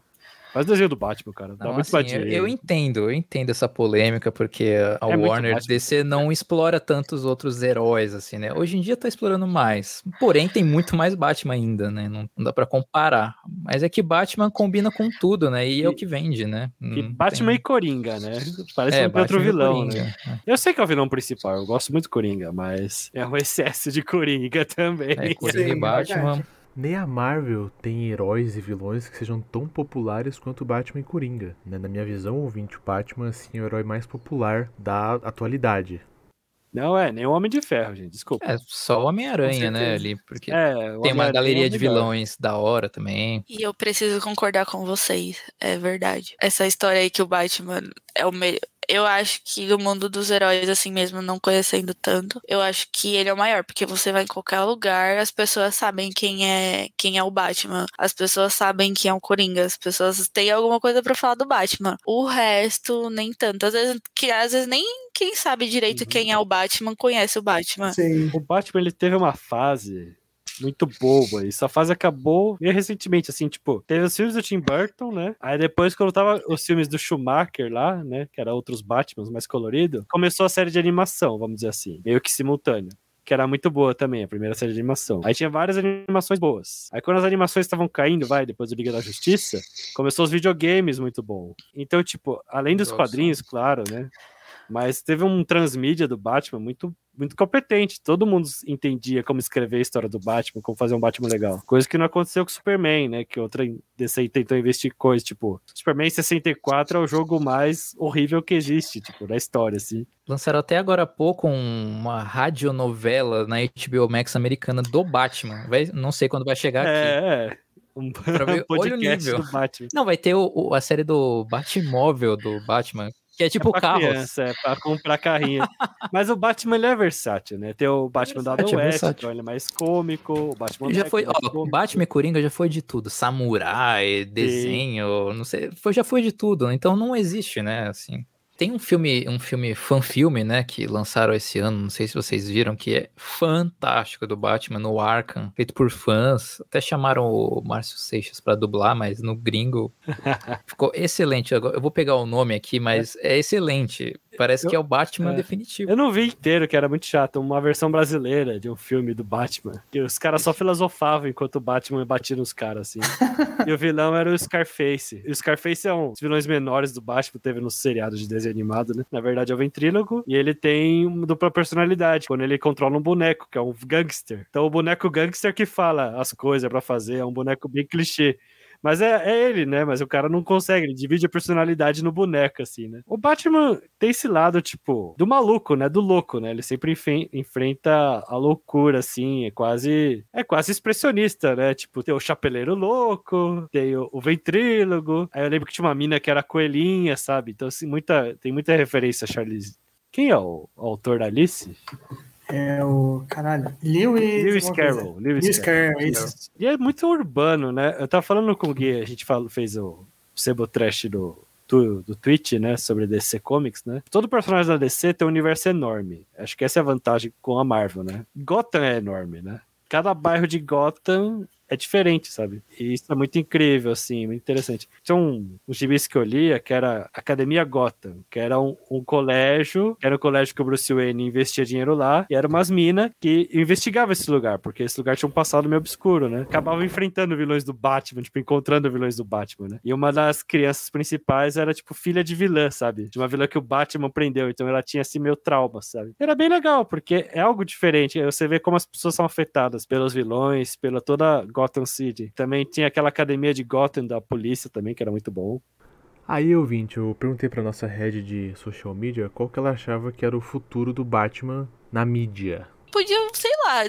Faz desenho do Batman, cara. Dá Não, muito assim, mais dinheiro. eu entendo essa polêmica, porque a É muito Warner Batman. DC não explora tantos outros heróis, assim, né? Hoje em dia tá explorando mais. Porém, tem muito mais Batman ainda, né? Não dá pra comparar. Mas é que Batman combina com tudo, né? E é o que vende, né? E Batman e Coringa, né? Parece É, que não tem outro Batman e vilão, Coringa, né? Eu sei que é o vilão principal, eu gosto muito do Coringa, mas é um excesso de Coringa também. É, Coringa Sim, e é Batman. verdade. Nem a Marvel tem heróis e vilões que sejam tão populares quanto Batman e Coringa, né? Na minha visão, ouvinte, o Batman assim, é o herói mais popular da atualidade. Não nem o Homem de Ferro, gente, desculpa. É, só o Homem-Aranha, Com né? certeza. Ali, porque O tem uma Homem-Aranha galeria é o de melhor. vilões da hora também. E eu preciso concordar com vocês, é verdade. Essa história aí que o Batman é o melhor. Eu acho que do mundo dos heróis, assim mesmo, não conhecendo tanto, eu acho que ele é o maior, porque você vai em qualquer lugar, as pessoas sabem quem é o Batman, as pessoas sabem quem é o Coringa, as pessoas têm alguma coisa pra falar do Batman. O resto, nem tanto. Às vezes nem quem sabe direito quem é o Batman conhece o Batman. Sim. O Batman, ele teve uma fase muito boba. E essa fase acabou meio recentemente, assim, tipo, teve os filmes do Tim Burton, né? Aí depois, quando tava os filmes do Schumacher lá, né? Que era outros Batmans mais colorido, começou a série de animação, vamos dizer assim, meio que simultâneo. Que era muito boa também, a primeira série de animação. Aí tinha várias animações boas. Aí quando as animações estavam caindo, depois do Liga da Justiça, começou os videogames muito bom. Então, tipo, além dos quadrinhos, claro, né? Mas teve um transmídia do Batman muito, muito competente. Todo mundo entendia como escrever a história do Batman, como fazer um Batman legal. Coisa que não aconteceu com o Superman, né? Que outra DC tentou investir coisas, tipo... Superman 64 é o jogo mais horrível que existe, tipo, da história, assim. Lançaram até agora há pouco uma radionovela na HBO Max americana do Batman. Não sei quando vai chegar aqui. Um Pra ver, olha o podcast nível. do Batman. Não, vai ter a série do Batmóvel do Batman, que é tipo pra carros. Criança, pra comprar carrinho. Mas o Batman, ele é versátil, né? Tem o Batman da Adam West, então ele é mais cômico. O Batman já foi, cômico. Batman e Coringa já foi de tudo. Samurai, desenho, não sei, já foi de tudo. Então não existe, né, assim. Tem um filme fan-filme, né, que lançaram esse ano, não sei se vocês viram, que é fantástico, do Batman no Arkham, feito por fãs. Até chamaram o Márcio Seixas pra dublar, mas no gringo ficou excelente. Eu vou pegar o nome aqui, mas é excelente. Parece que é o Batman definitivo. Eu não vi inteiro, que era muito chato. Uma versão brasileira de um filme do Batman. Que os caras só filosofavam enquanto o Batman batia nos caras, assim. E o vilão era o Scarface. E o Scarface é um dos vilões menores do Batman, teve no seriado de desenho animado, né? Na verdade é o ventrílogo. E ele tem uma dupla personalidade, quando ele controla um boneco, que é um gangster. Então o boneco gangster que fala as coisas pra fazer, é um boneco bem clichê. Mas é ele, né? Mas o cara não consegue, ele divide a personalidade no boneco, assim, né? O Batman tem esse lado, tipo, do maluco, né? Do louco, né? Ele sempre enfrenta a loucura, assim, é quase expressionista, né? Tipo, tem o Chapeleiro Louco, tem o Ventrílogo. Aí eu lembro que tinha uma mina que era coelhinha, sabe? Então, assim, tem muita referência a Charlize. Quem é o autor da Alice? É o... Caralho. Lewis Carroll. Lewis Carroll, isso. E é muito urbano, né? Eu tava falando com o Gui, a gente fez o Sebo Trash do Twitch, né? Sobre DC Comics, né? Todo personagem da DC tem um universo enorme. Acho que essa é a vantagem com a Marvel, né? Gotham é enorme, né? Cada bairro de Gotham é diferente, sabe? E isso é muito incrível, assim, muito interessante. Tinha um gibis que eu lia, que era Academia Gotham, que era um colégio, era um colégio que o Bruce Wayne investia dinheiro lá, e era umas minas que investigavam esse lugar, porque esse lugar tinha um passado meio obscuro, né? Acabavam enfrentando vilões do Batman, tipo, encontrando vilões do Batman, né? E uma das crianças principais era, tipo, filha de vilã, sabe? De uma vilã que o Batman prendeu, então ela tinha, assim, meio trauma, sabe? Era bem legal, porque é algo diferente, você vê como as pessoas são afetadas pelos vilões, pela toda Gotham City. Também tinha aquela academia de Gotham da polícia também, que era muito bom. Aí, ouvinte, eu perguntei pra nossa rede de social media qual que ela achava que era o futuro do Batman na mídia. Podiam, sei lá,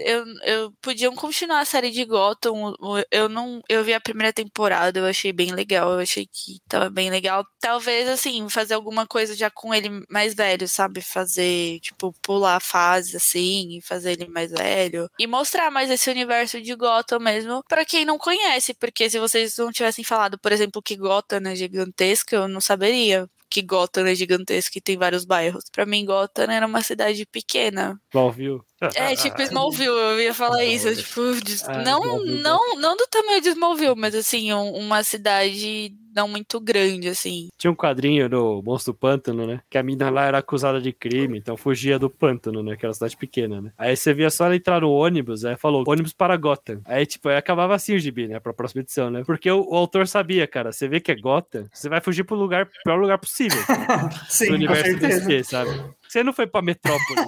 podiam continuar a série de Gotham. Eu vi a primeira temporada, eu achei bem legal, eu achei que tava bem legal. Talvez, assim, fazer alguma coisa já com ele mais velho, sabe? Fazer, tipo, pular a fase, assim, e fazer ele mais velho. E mostrar mais esse universo de Gotham mesmo, pra quem não conhece, porque se vocês não tivessem falado, por exemplo, que Gotham é gigantesca, eu não saberia que Gotham é gigantesca e tem vários bairros. Pra mim, Gotham era uma cidade pequena. Smallville. Tipo Smallville, eu ia falar isso. Tipo, não do tamanho de Smallville, mas assim, uma cidade não muito grande, assim. Tinha um quadrinho no Monstro do Pântano, né? Que a mina lá era acusada de crime, então fugia do pântano, né? Que era uma cidade pequena, né? Aí você via só ela entrar no ônibus, aí falou, ônibus para Gotham. Aí, tipo, aí acabava assim o gibi, né? Pra próxima edição, né? Porque o autor sabia, cara, você vê que é Gotham, você vai fugir pro pior lugar possível. Sim, do universo com certeza. DC, sabe? Você não foi pra Metrópolis.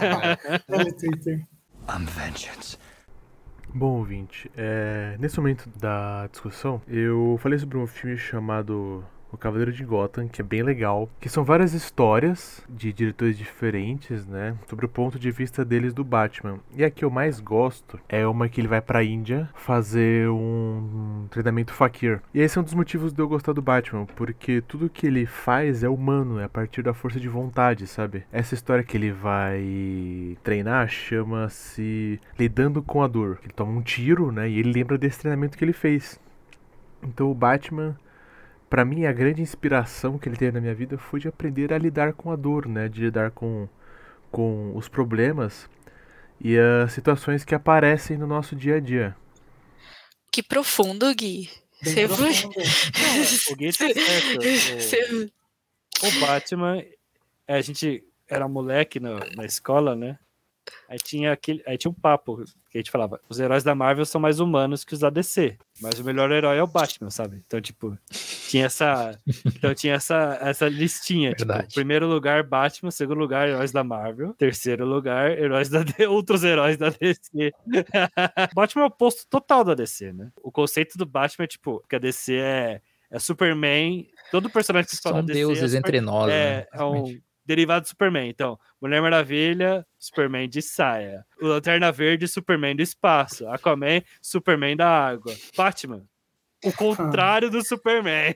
I'm vengeance. Bom, ouvinte, nesse momento da discussão, eu falei sobre um filme chamado O Cavaleiro de Gotham, que é bem legal, que são várias histórias de diretores diferentes, né, sobre o ponto de vista deles do Batman. E a que eu mais gosto é uma que ele vai pra Índia fazer um treinamento fakir. E esse é um dos motivos de eu gostar do Batman, porque tudo que ele faz é humano, é a partir da força de vontade, sabe? Essa história que ele vai treinar chama-se Lidando com a Dor. Ele toma um tiro, né, e ele lembra desse treinamento que ele fez. Então o Batman, pra mim, a grande inspiração que ele teve na minha vida foi de aprender a lidar com a dor, né? De lidar com os problemas e as situações que aparecem no nosso dia a dia. Que profundo, Gui. Bem Você profundo. O Gui tá certo. O Batman, a gente era moleque na escola, né? Aí tinha um papo que a gente falava, os heróis da Marvel são mais humanos que os da DC, mas o melhor herói é o Batman, sabe? Então, tipo, tinha essa listinha, Verdade. tipo, primeiro lugar Batman, segundo lugar heróis da Marvel, terceiro lugar outros heróis da DC. Batman é o oposto total da DC, né? O conceito do Batman é, tipo, que a DC é Superman, todo personagem que fala São DC deuses entre nós, né? é um derivado do Superman. Então, Mulher Maravilha, Superman de saia. O Lanterna Verde, Superman do espaço. Aquaman, Superman da água. Batman, o contrário do Superman.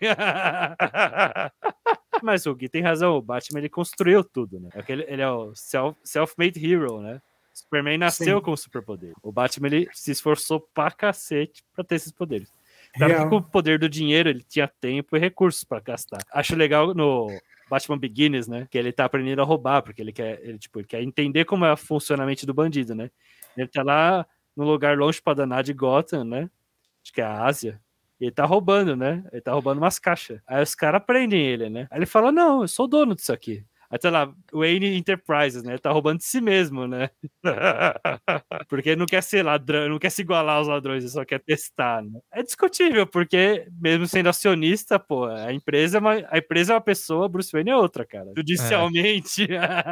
Mas o Gui tem razão, o Batman ele construiu tudo, né? Ele é o self-made hero, né? Superman nasceu com superpoder. O Batman ele se esforçou pra cacete pra ter esses poderes. Claro que com o poder do dinheiro ele tinha tempo e recursos pra gastar. Acho legal no Batman Begins, né? Que ele tá aprendendo a roubar, porque ele quer entender como é o funcionamento do bandido, né? Ele tá lá num lugar longe pra danar de Gotham, né? Acho que é a Ásia. E ele tá roubando, né? Ele tá roubando umas caixas. Aí os caras prendem ele, né? Aí ele fala, não, eu sou dono disso aqui. Aí tá lá, Wayne Enterprises, né? Ele tá roubando de si mesmo, né? Porque ele não quer ser ladrão, não quer se igualar aos ladrões, ele só quer testar, né? É discutível, porque mesmo sendo acionista, pô, a empresa é uma pessoa, Bruce Wayne é outra, cara. Judicialmente.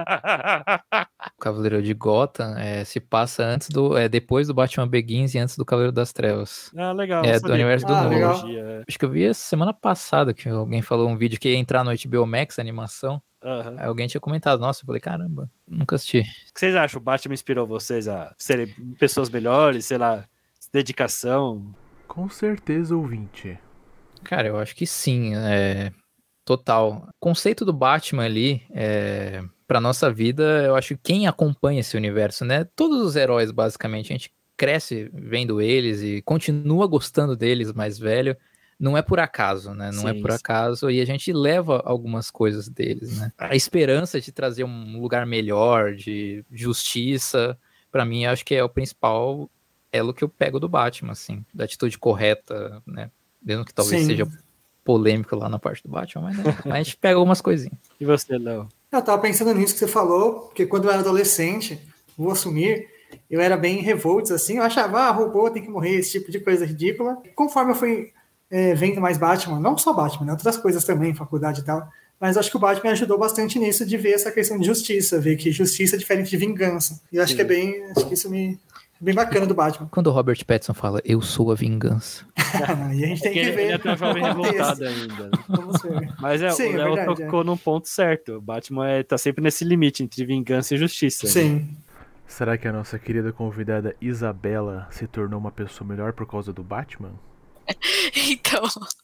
O Cavaleiro de Gotham se passa depois do Batman Begins e antes do Cavaleiro das Trevas. Ah, legal. É do universo do legal. Acho que eu vi essa semana passada que alguém falou um vídeo que ia entrar no HBO Max, a animação. Uhum. Aí alguém tinha comentado, nossa, eu falei, caramba, nunca assisti. O que vocês acham? O Batman inspirou vocês a serem pessoas melhores, sei lá, dedicação? Com certeza, ouvinte. Cara, eu acho que sim, total. O conceito do Batman ali, pra nossa vida, eu acho que quem acompanha esse universo, né? Todos os heróis, basicamente, a gente cresce vendo eles e continua gostando deles mais velho. Não é por acaso, né? Não é por acaso. E a gente leva algumas coisas deles, né? A esperança de trazer um lugar melhor, de justiça, pra mim, acho que é o principal elo que eu pego do Batman, assim. Da atitude correta, né? Mesmo que talvez seja polêmico lá na parte do Batman, mas, né? Mas a gente pega algumas coisinhas. E você, Léo? Eu tava pensando nisso que você falou, porque quando eu era adolescente, vou assumir, eu era bem revoltos, assim. Eu achava, robô tem que morrer, esse tipo de coisa ridícula. Conforme eu fui vendo mais Batman, não só Batman, né, outras coisas também, faculdade e tal, mas acho que o Batman ajudou bastante nisso, de ver essa questão de justiça, ver que justiça é diferente de vingança. E eu acho que acho que isso é bem bacana do Batman. Quando o Robert Pattinson fala, eu sou a vingança. E a gente tem que ver. Ele é até jovem revoltado ainda. Vamos ver. Mas Sim, o Léo verdade, tocou num ponto certo. O Batman tá sempre nesse limite entre vingança e justiça. Sim. Né? Será que a nossa querida convidada Isabela se tornou uma pessoa melhor por causa do Batman? Então.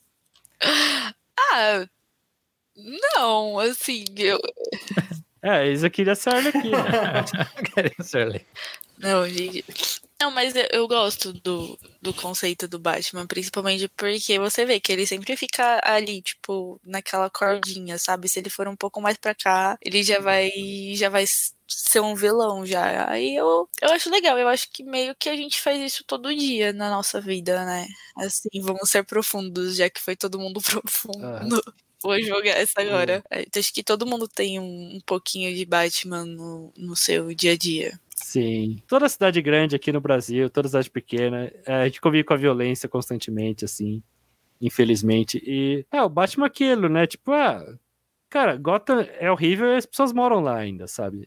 Não, assim, Isa queria ser Arlequina. Queria ser Arlequina. Não, gente. Não, mas eu gosto do conceito do Batman, principalmente porque você vê que ele sempre fica ali, tipo, naquela cordinha, sabe? Se ele for um pouco mais pra cá, ele já vai ser um vilão já. Aí eu acho legal, eu acho que meio que a gente faz isso todo dia na nossa vida, né? Assim, vamos ser profundos, já que foi todo mundo profundo. Vou jogar essa agora. Acho que todo mundo tem um pouquinho de Batman no seu dia a dia. Sim. Toda cidade grande aqui no Brasil, toda cidade pequena, a gente convive com a violência constantemente, assim, infelizmente. E o Batman é aquilo, né? Tipo, cara, Gotham é horrível e as pessoas moram lá ainda, sabe?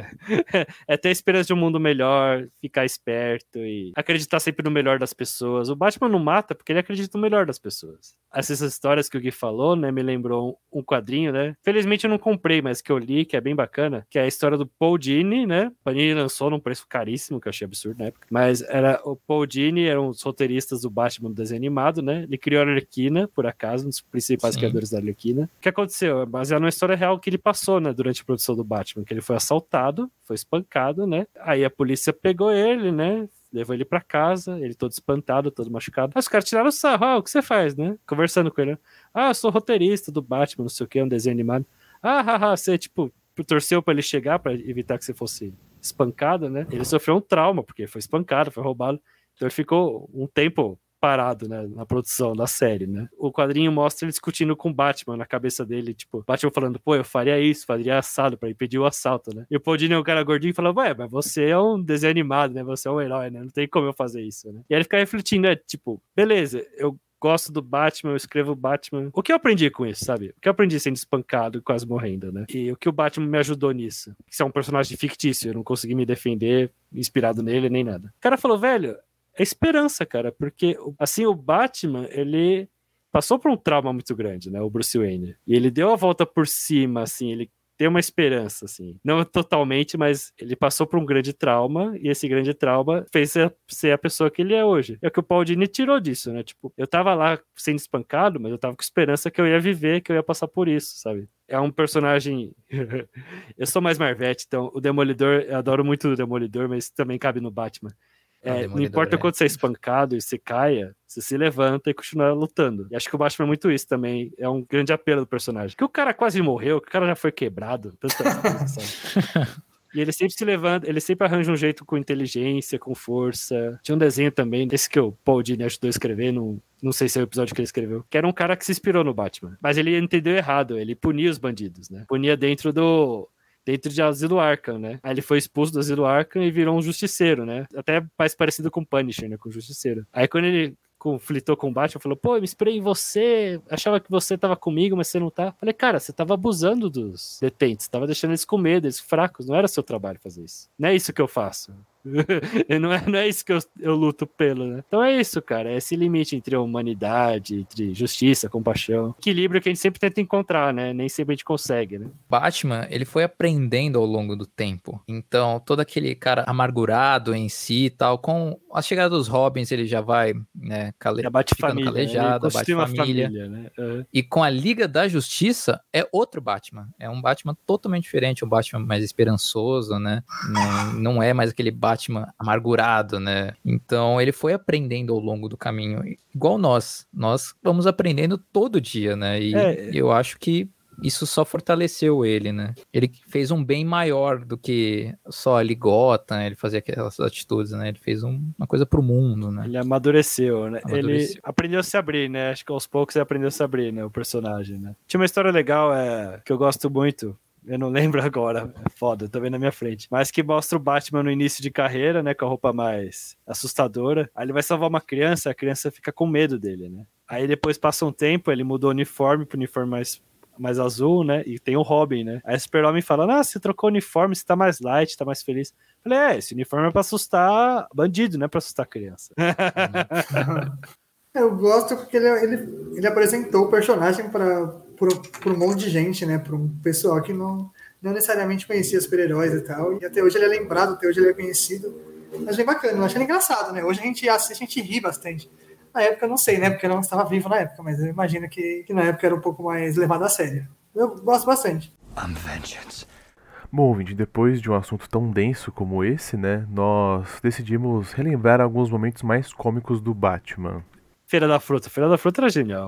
É ter a esperança de um mundo melhor, ficar esperto e acreditar sempre no melhor das pessoas. O Batman não mata porque ele acredita no melhor das pessoas. Essas histórias que o Gui falou, né, me lembrou um quadrinho, né? Felizmente eu não comprei, mas que eu li, que é bem bacana, que é a história do Paul Dini, né? O Panini lançou num preço caríssimo, que eu achei absurdo na época. Mas o Paul Dini era um dos roteiristas do Batman do desenho animado, né? Ele criou a Arlequina, por acaso, um dos principais criadores da Arlequina. O que aconteceu? Baseado numa história real que ele passou, né? Durante a produção do Batman, que ele foi assaltado, foi espancado, né? Aí a polícia pegou ele, né? Levou ele pra casa, ele todo espantado, todo machucado. Aí os caras tiraram o sarro. O que você faz, né? Conversando com ele. Eu sou roteirista do Batman, não sei o que, um desenho animado. Você, tipo, torceu pra ele chegar, pra evitar que você fosse espancado, né? Ele sofreu um trauma, porque foi espancado, foi roubado. Então ele ficou um tempo parado, né, na produção da série, né? O quadrinho mostra ele discutindo com o Batman na cabeça dele, tipo, Batman falando, pô, eu faria isso, faria assado pra impedir o assalto, né? E o Paul Dini é um cara gordinho e fala, mas você é um desenho animado, né? Você é um herói, né? Não tem como eu fazer isso, né? E aí ele fica refletindo, tipo, beleza, eu gosto do Batman, eu escrevo Batman. O que eu aprendi com isso, sabe? O que eu aprendi sendo espancado e quase morrendo, né? E o que o Batman me ajudou nisso? Isso é um personagem fictício, eu não consegui me defender inspirado nele nem nada. O cara falou, velho, é esperança, cara, porque, assim, o Batman, ele passou por um trauma muito grande, né, o Bruce Wayne, e ele deu a volta por cima, assim, ele tem uma esperança, assim, não totalmente, mas ele passou por um grande trauma, e esse grande trauma fez ser a pessoa que ele é hoje. É o que o Paul Dini tirou disso, né, tipo, eu tava lá sendo espancado, mas eu tava com esperança que eu ia viver, que eu ia passar por isso, sabe? É um personagem... Eu sou mais Marvete, então o Demolidor, eu adoro muito o Demolidor, mas também cabe no Batman. Não importa quando você é espancado e você caia, você se levanta e continua lutando. E acho que o Batman é muito isso também. É um grande apelo do personagem. Que o cara quase morreu, que o cara já foi quebrado. Tantas coisas, sabe? E ele sempre se levanta, ele sempre arranja um jeito com inteligência, com força. Tinha um desenho também, desse que o Paul Dini ajudou a escrever, não sei se é o episódio que ele escreveu, que era um cara que se inspirou no Batman. Mas ele entendeu errado, ele punia os bandidos, né? Punia dentro de Asilo Arkham, né? Aí ele foi expulso do Asilo Arkham e virou um justiceiro, né? Até mais parecido com o Punisher, né? Com o justiceiro. Aí quando ele conflitou com o Batman, falou, pô, eu me inspirei em você, achava que você tava comigo, mas você não tá. Falei, cara, você tava abusando dos detentes, tava deixando eles com medo, eles fracos, não era seu trabalho fazer isso. Não é isso que eu faço. não é isso que eu luto pelo, né? Então é isso, cara, é esse limite entre a humanidade, entre justiça, compaixão, equilíbrio que a gente sempre tenta encontrar, né? Nem sempre a gente consegue, né? Batman, ele foi aprendendo ao longo do tempo, então todo aquele cara amargurado em si e tal, com a chegada dos Robins ele já vai, né, ficando calejado, a Bate-Família, né? E com a Liga da Justiça é outro Batman, é um Batman totalmente diferente, um Batman mais esperançoso, né? Não é mais aquele Batman amargurado, né? Então ele foi aprendendo ao longo do caminho, igual nós vamos aprendendo todo dia, né? E eu acho que isso só fortaleceu ele, né? Ele fez um bem maior do que só ali Gotham, ele fazia aquelas atitudes, né? Ele fez uma coisa pro mundo, né? Ele amadureceu, né? Ele aprendeu a se abrir, né? Acho que aos poucos ele aprendeu a se abrir, né? O personagem, né? Tinha uma história legal, que eu gosto muito. Eu não lembro agora, é foda, tô vendo na minha frente. Mas que mostra o Batman no início de carreira, né? Com a roupa mais assustadora. Aí ele vai salvar uma criança, a criança fica com medo dele, né? Aí depois passa um tempo, ele mudou o uniforme pro uniforme mais azul, né? E tem o Robin, né? Aí o Super-Homem fala, você trocou o uniforme, você tá mais light, tá mais feliz. Eu falei, esse uniforme é pra assustar bandido, não é pra assustar criança. Eu gosto porque ele apresentou o personagem para um monte de gente, né? Para um pessoal que não necessariamente conhecia super-heróis e tal. E até hoje ele é lembrado, até hoje ele é conhecido. Achei bacana, eu achei engraçado, né? Hoje a gente assiste, a gente ri bastante. Na época eu não sei, né? Porque eu não estava vivo na época, mas eu imagino que na época era um pouco mais levado a sério. Eu gosto bastante. I'm vengeance. Bom, ouvinte, depois de um assunto tão denso como esse, né? Nós decidimos relembrar alguns momentos mais cômicos do Batman. Feira da Fruta era genial.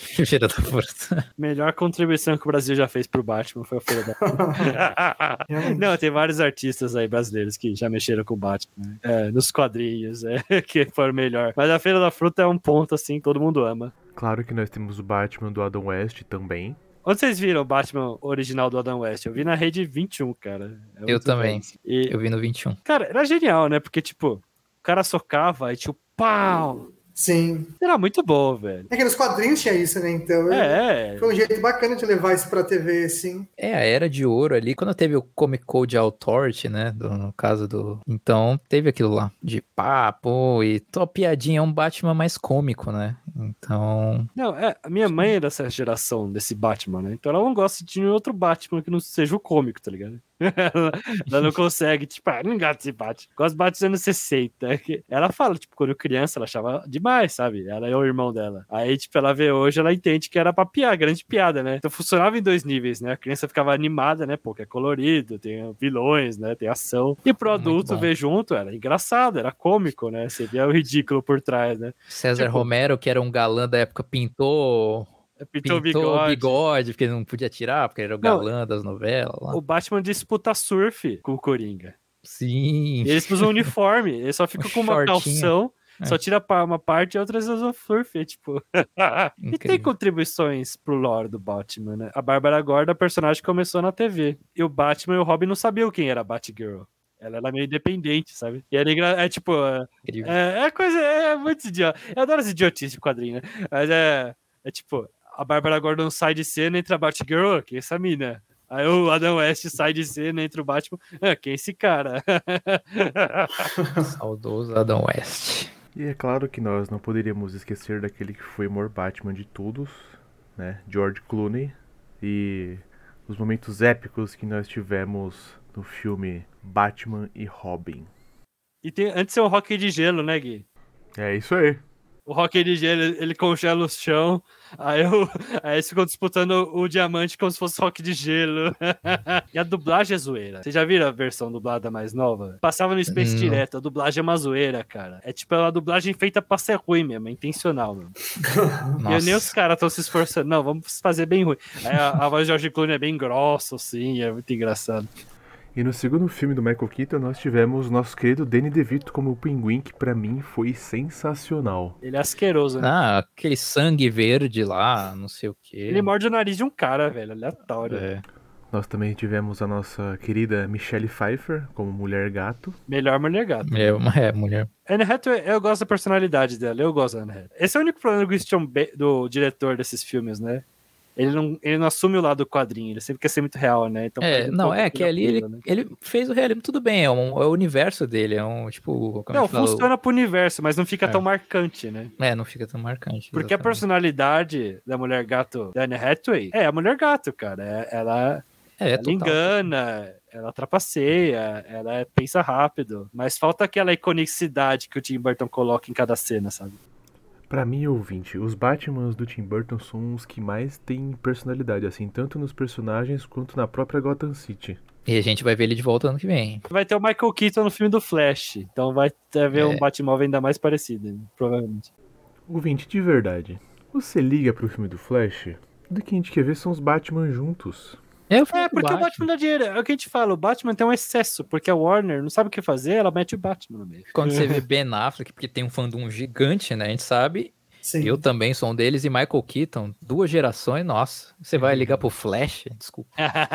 Feira da Fruta. Melhor contribuição que o Brasil já fez pro Batman foi a Feira da Fruta. Não, tem vários artistas aí brasileiros que já mexeram com o Batman. Nos quadrinhos, que foram melhor. Mas a Feira da Fruta é um ponto, assim, que todo mundo ama. Claro que nós temos o Batman do Adam West também. Onde vocês viram o Batman original do Adam West? Eu vi na Rede 21, cara. Eu também. Eu vi no 21. Cara, era genial, né? Porque, tipo, o cara socava e tipo, pau! Sim. Era muito bom, velho. É que nos quadrinhos tinha isso, né? Então foi um jeito bacana de levar isso pra TV, assim. A Era de Ouro ali, quando teve o Comic Code Authority, né? No caso do... Então, teve aquilo lá, de papo e tua piadinha é um Batman mais cômico, né? Então... Não, a minha mãe é dessa geração, desse Batman, né? Então ela não gosta de nenhum outro Batman que não seja o cômico, tá ligado? Ela não consegue, tipo, não gosta desse Batman. Gosta de Batman dos anos 60. Ela fala, tipo, quando criança ela achava demais, sabe? Ela é o irmão dela. Aí, tipo, ela vê hoje, ela entende que era pra grande piada, né? Então funcionava em 2 níveis, né? A criança ficava animada, né? Porque é colorido, tem vilões, né? Tem ação. E pro adulto ver junto, era engraçado, era cômico, né? Você via o ridículo por trás, né? César Romero, que era um galã da época, pintou o bigode, porque ele não podia tirar, porque ele era o galã das novelas. Lá. O Batman disputa surf com o Coringa. Sim. E eles usam uniforme, ele só fica com uma calção, só tira uma parte e outras usam surf, tipo... E tem contribuições pro lore do Batman, né? A Bárbara Gordon, a personagem, começou na TV. E o Batman e o Robin não sabiam quem era a Batgirl. Ela era meio independente, sabe? E era tipo... É muito idiota. Eu adoro esse idiotice de quadrinho, né? Mas é tipo... A Bárbara Gordon sai de cena, entra a Batgirl, que é essa mina. Aí o Adam West sai de cena, entra o Batman. Quem é esse cara? Saudoso Adam West. E é claro que nós não poderíamos esquecer daquele que foi o maior Batman de todos, né? George Clooney. E os momentos épicos que nós tivemos no filme Batman e Robin. E tem, antes é o Hockey de Gelo, né, Gui? É isso aí. O Hockey de Gelo, ele congela o chão, aí eles ficam disputando o diamante como se fosse Hockey de Gelo. E a dublagem é zoeira. Vocês já viram a versão dublada mais nova? Passava no Space direto, a dublagem é uma zoeira, cara. É tipo uma dublagem feita pra ser ruim mesmo, é intencional mesmo. E nem os caras estão se esforçando. Não, vamos fazer bem ruim. Aí a voz de George Clooney é bem grossa, assim, é muito engraçado. E no segundo filme do Michael Keaton, nós tivemos nosso querido Danny DeVito como o Pinguim, que pra mim foi sensacional. Ele é asqueroso, né? Aquele sangue verde lá, não sei o quê. Ele morde o nariz de um cara, velho, aleatório. Nós também tivemos a nossa querida Michelle Pfeiffer como Mulher Gato. Melhor Mulher Gato. Mulher. Anne Hathaway, eu gosto da personalidade dela, eu gosto da Anne Hathaway. Esse é o único problema do diretor desses filmes, né? Ele não assume o lado do quadrinho, ele sempre quer ser muito real, né? Então, que ali ele fez o realismo tudo bem, é o universo dele, é um tipo... funciona pro universo, mas não fica tão marcante, né? Não fica tão marcante. Porque a personalidade da Mulher Gato da Anne Hathaway é a Mulher Gato, cara. Ela engana, ela trapaceia, ela pensa rápido, mas falta aquela iconicidade que o Tim Burton coloca em cada cena, sabe? Pra mim, ouvinte, os Batmans do Tim Burton são os que mais têm personalidade, assim, tanto nos personagens quanto na própria Gotham City. E a gente vai ver ele de volta ano que vem. Vai ter o Michael Keaton no filme do Flash, então vai ter um Batmóvel ainda mais parecido, provavelmente. Ouvinte, de verdade, você liga pro filme do Flash? Tudo que a gente quer ver são os Batman juntos. Porque o Batman dá dinheiro. É o que a gente fala, o Batman tem um excesso, porque a Warner não sabe o que fazer, ela mete o Batman no meio. Quando você vê Ben Affleck, porque tem um fandom gigante, né, a gente sabe, Sim. Eu também sou um deles, e Michael Keaton, 2 gerações, nossa, você vai ligar pro Flash? Desculpa.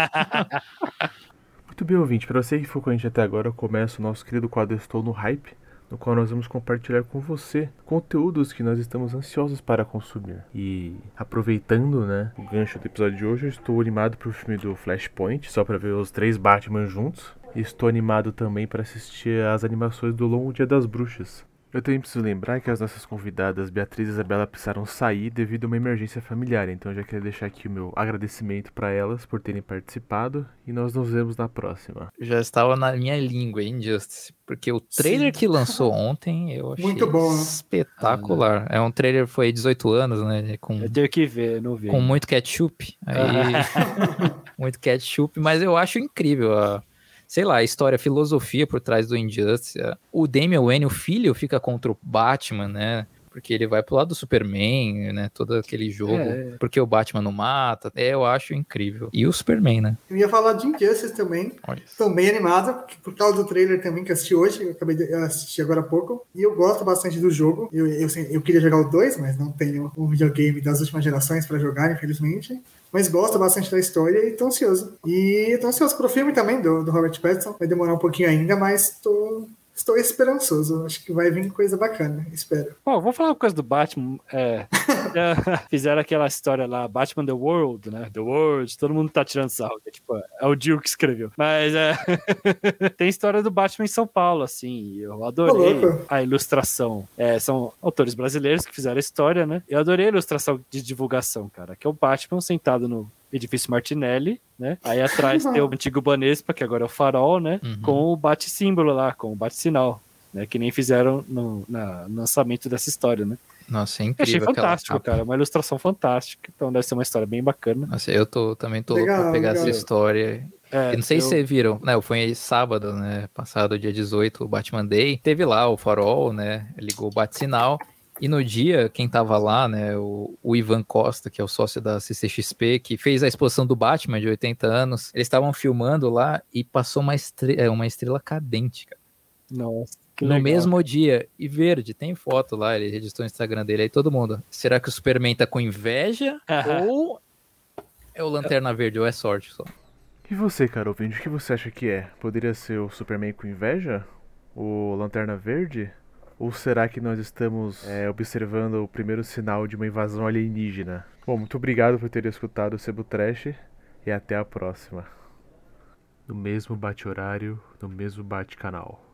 Muito bem, ouvinte, para você que ficou com a gente até agora, começa o nosso querido quadro Estou no Hype, no qual nós vamos compartilhar com você conteúdos que nós estamos ansiosos para consumir. E aproveitando, né, o gancho do episódio de hoje, eu estou animado pro filme do Flashpoint, só para ver os 3 Batman juntos. E estou animado também para assistir às animações do Longo Dia das Bruxas. Eu também preciso lembrar que as nossas convidadas Beatriz e Isabela precisaram sair devido a uma emergência familiar, então eu já queria deixar aqui o meu agradecimento para elas por terem participado e nós nos vemos na próxima. Já estava na minha língua, Injustice, porque o trailer que lançou ontem eu achei muito bom, né? Espetacular. É um trailer, foi 18 anos, né? Eu tenho que ver, não vi. Com muito ketchup, muito ketchup, mas eu acho incrível sei lá, a história, a filosofia por trás do Injustice. O Damian Wayne, o filho, fica contra o Batman, né? Porque ele vai pro lado do Superman, né? Todo aquele jogo. Porque o Batman não mata. Eu acho incrível. E o Superman, né? Eu ia falar de Injustice também. Tô bem animado, por causa do trailer também que eu assisti hoje. Eu acabei de assistir agora há pouco. E eu gosto bastante do jogo. Eu queria jogar o 2, mas não tenho um videogame das últimas gerações pra jogar, infelizmente. Mas gosto bastante da história e tô ansioso. E tô ansioso pro filme também, do Robert Pattinson. Vai demorar um pouquinho ainda, mas estou esperançoso. Acho que vai vir coisa bacana, espero. Bom, vamos falar uma coisa do Batman. Fizeram aquela história lá, Batman The World, né? The World, todo mundo tá tirando sarro. Tipo, é o Jill que escreveu. Mas tem história do Batman em São Paulo, assim. Eu adorei a ilustração. São autores brasileiros que fizeram a história, né? Eu adorei a ilustração de divulgação, cara. Que é o Batman sentado no edifício Martinelli, né? Aí atrás tem o antigo Banespa, que agora é o Farol, né? Com o bate-símbolo lá, com o bate-sinal, né? Que nem fizeram no lançamento dessa história, né? Nossa, é incrível. Achei fantástico, cara. Uma ilustração fantástica. Então deve ser uma história bem bacana. Nossa, eu também tô louco pra pegar essa história. Eu não sei se vocês viram, né? Foi sábado, né? Passado, dia 18, o Batman Day. Teve lá o Farol, né? Ligou o bate-sinal. E no dia, quem tava lá, né, o Ivan Costa, que é o sócio da CCXP, que fez a exposição do Batman de 80 anos, eles estavam filmando lá e passou uma estrela cadente, cara. Nossa, que no legal. mesmo dia. E verde, tem foto lá, ele registrou no Instagram dele, aí todo mundo. Será que o Superman tá com inveja? Ou é o Lanterna Verde, ou é sorte só? E você, cara ouvinte, o que você acha que é? Poderia ser o Superman com inveja? O Lanterna Verde? Ou será que nós estamos observando o primeiro sinal de uma invasão alienígena? Bom, muito obrigado por ter escutado o Sebo Trash e até a próxima. No mesmo bate-horário, no mesmo bate-canal.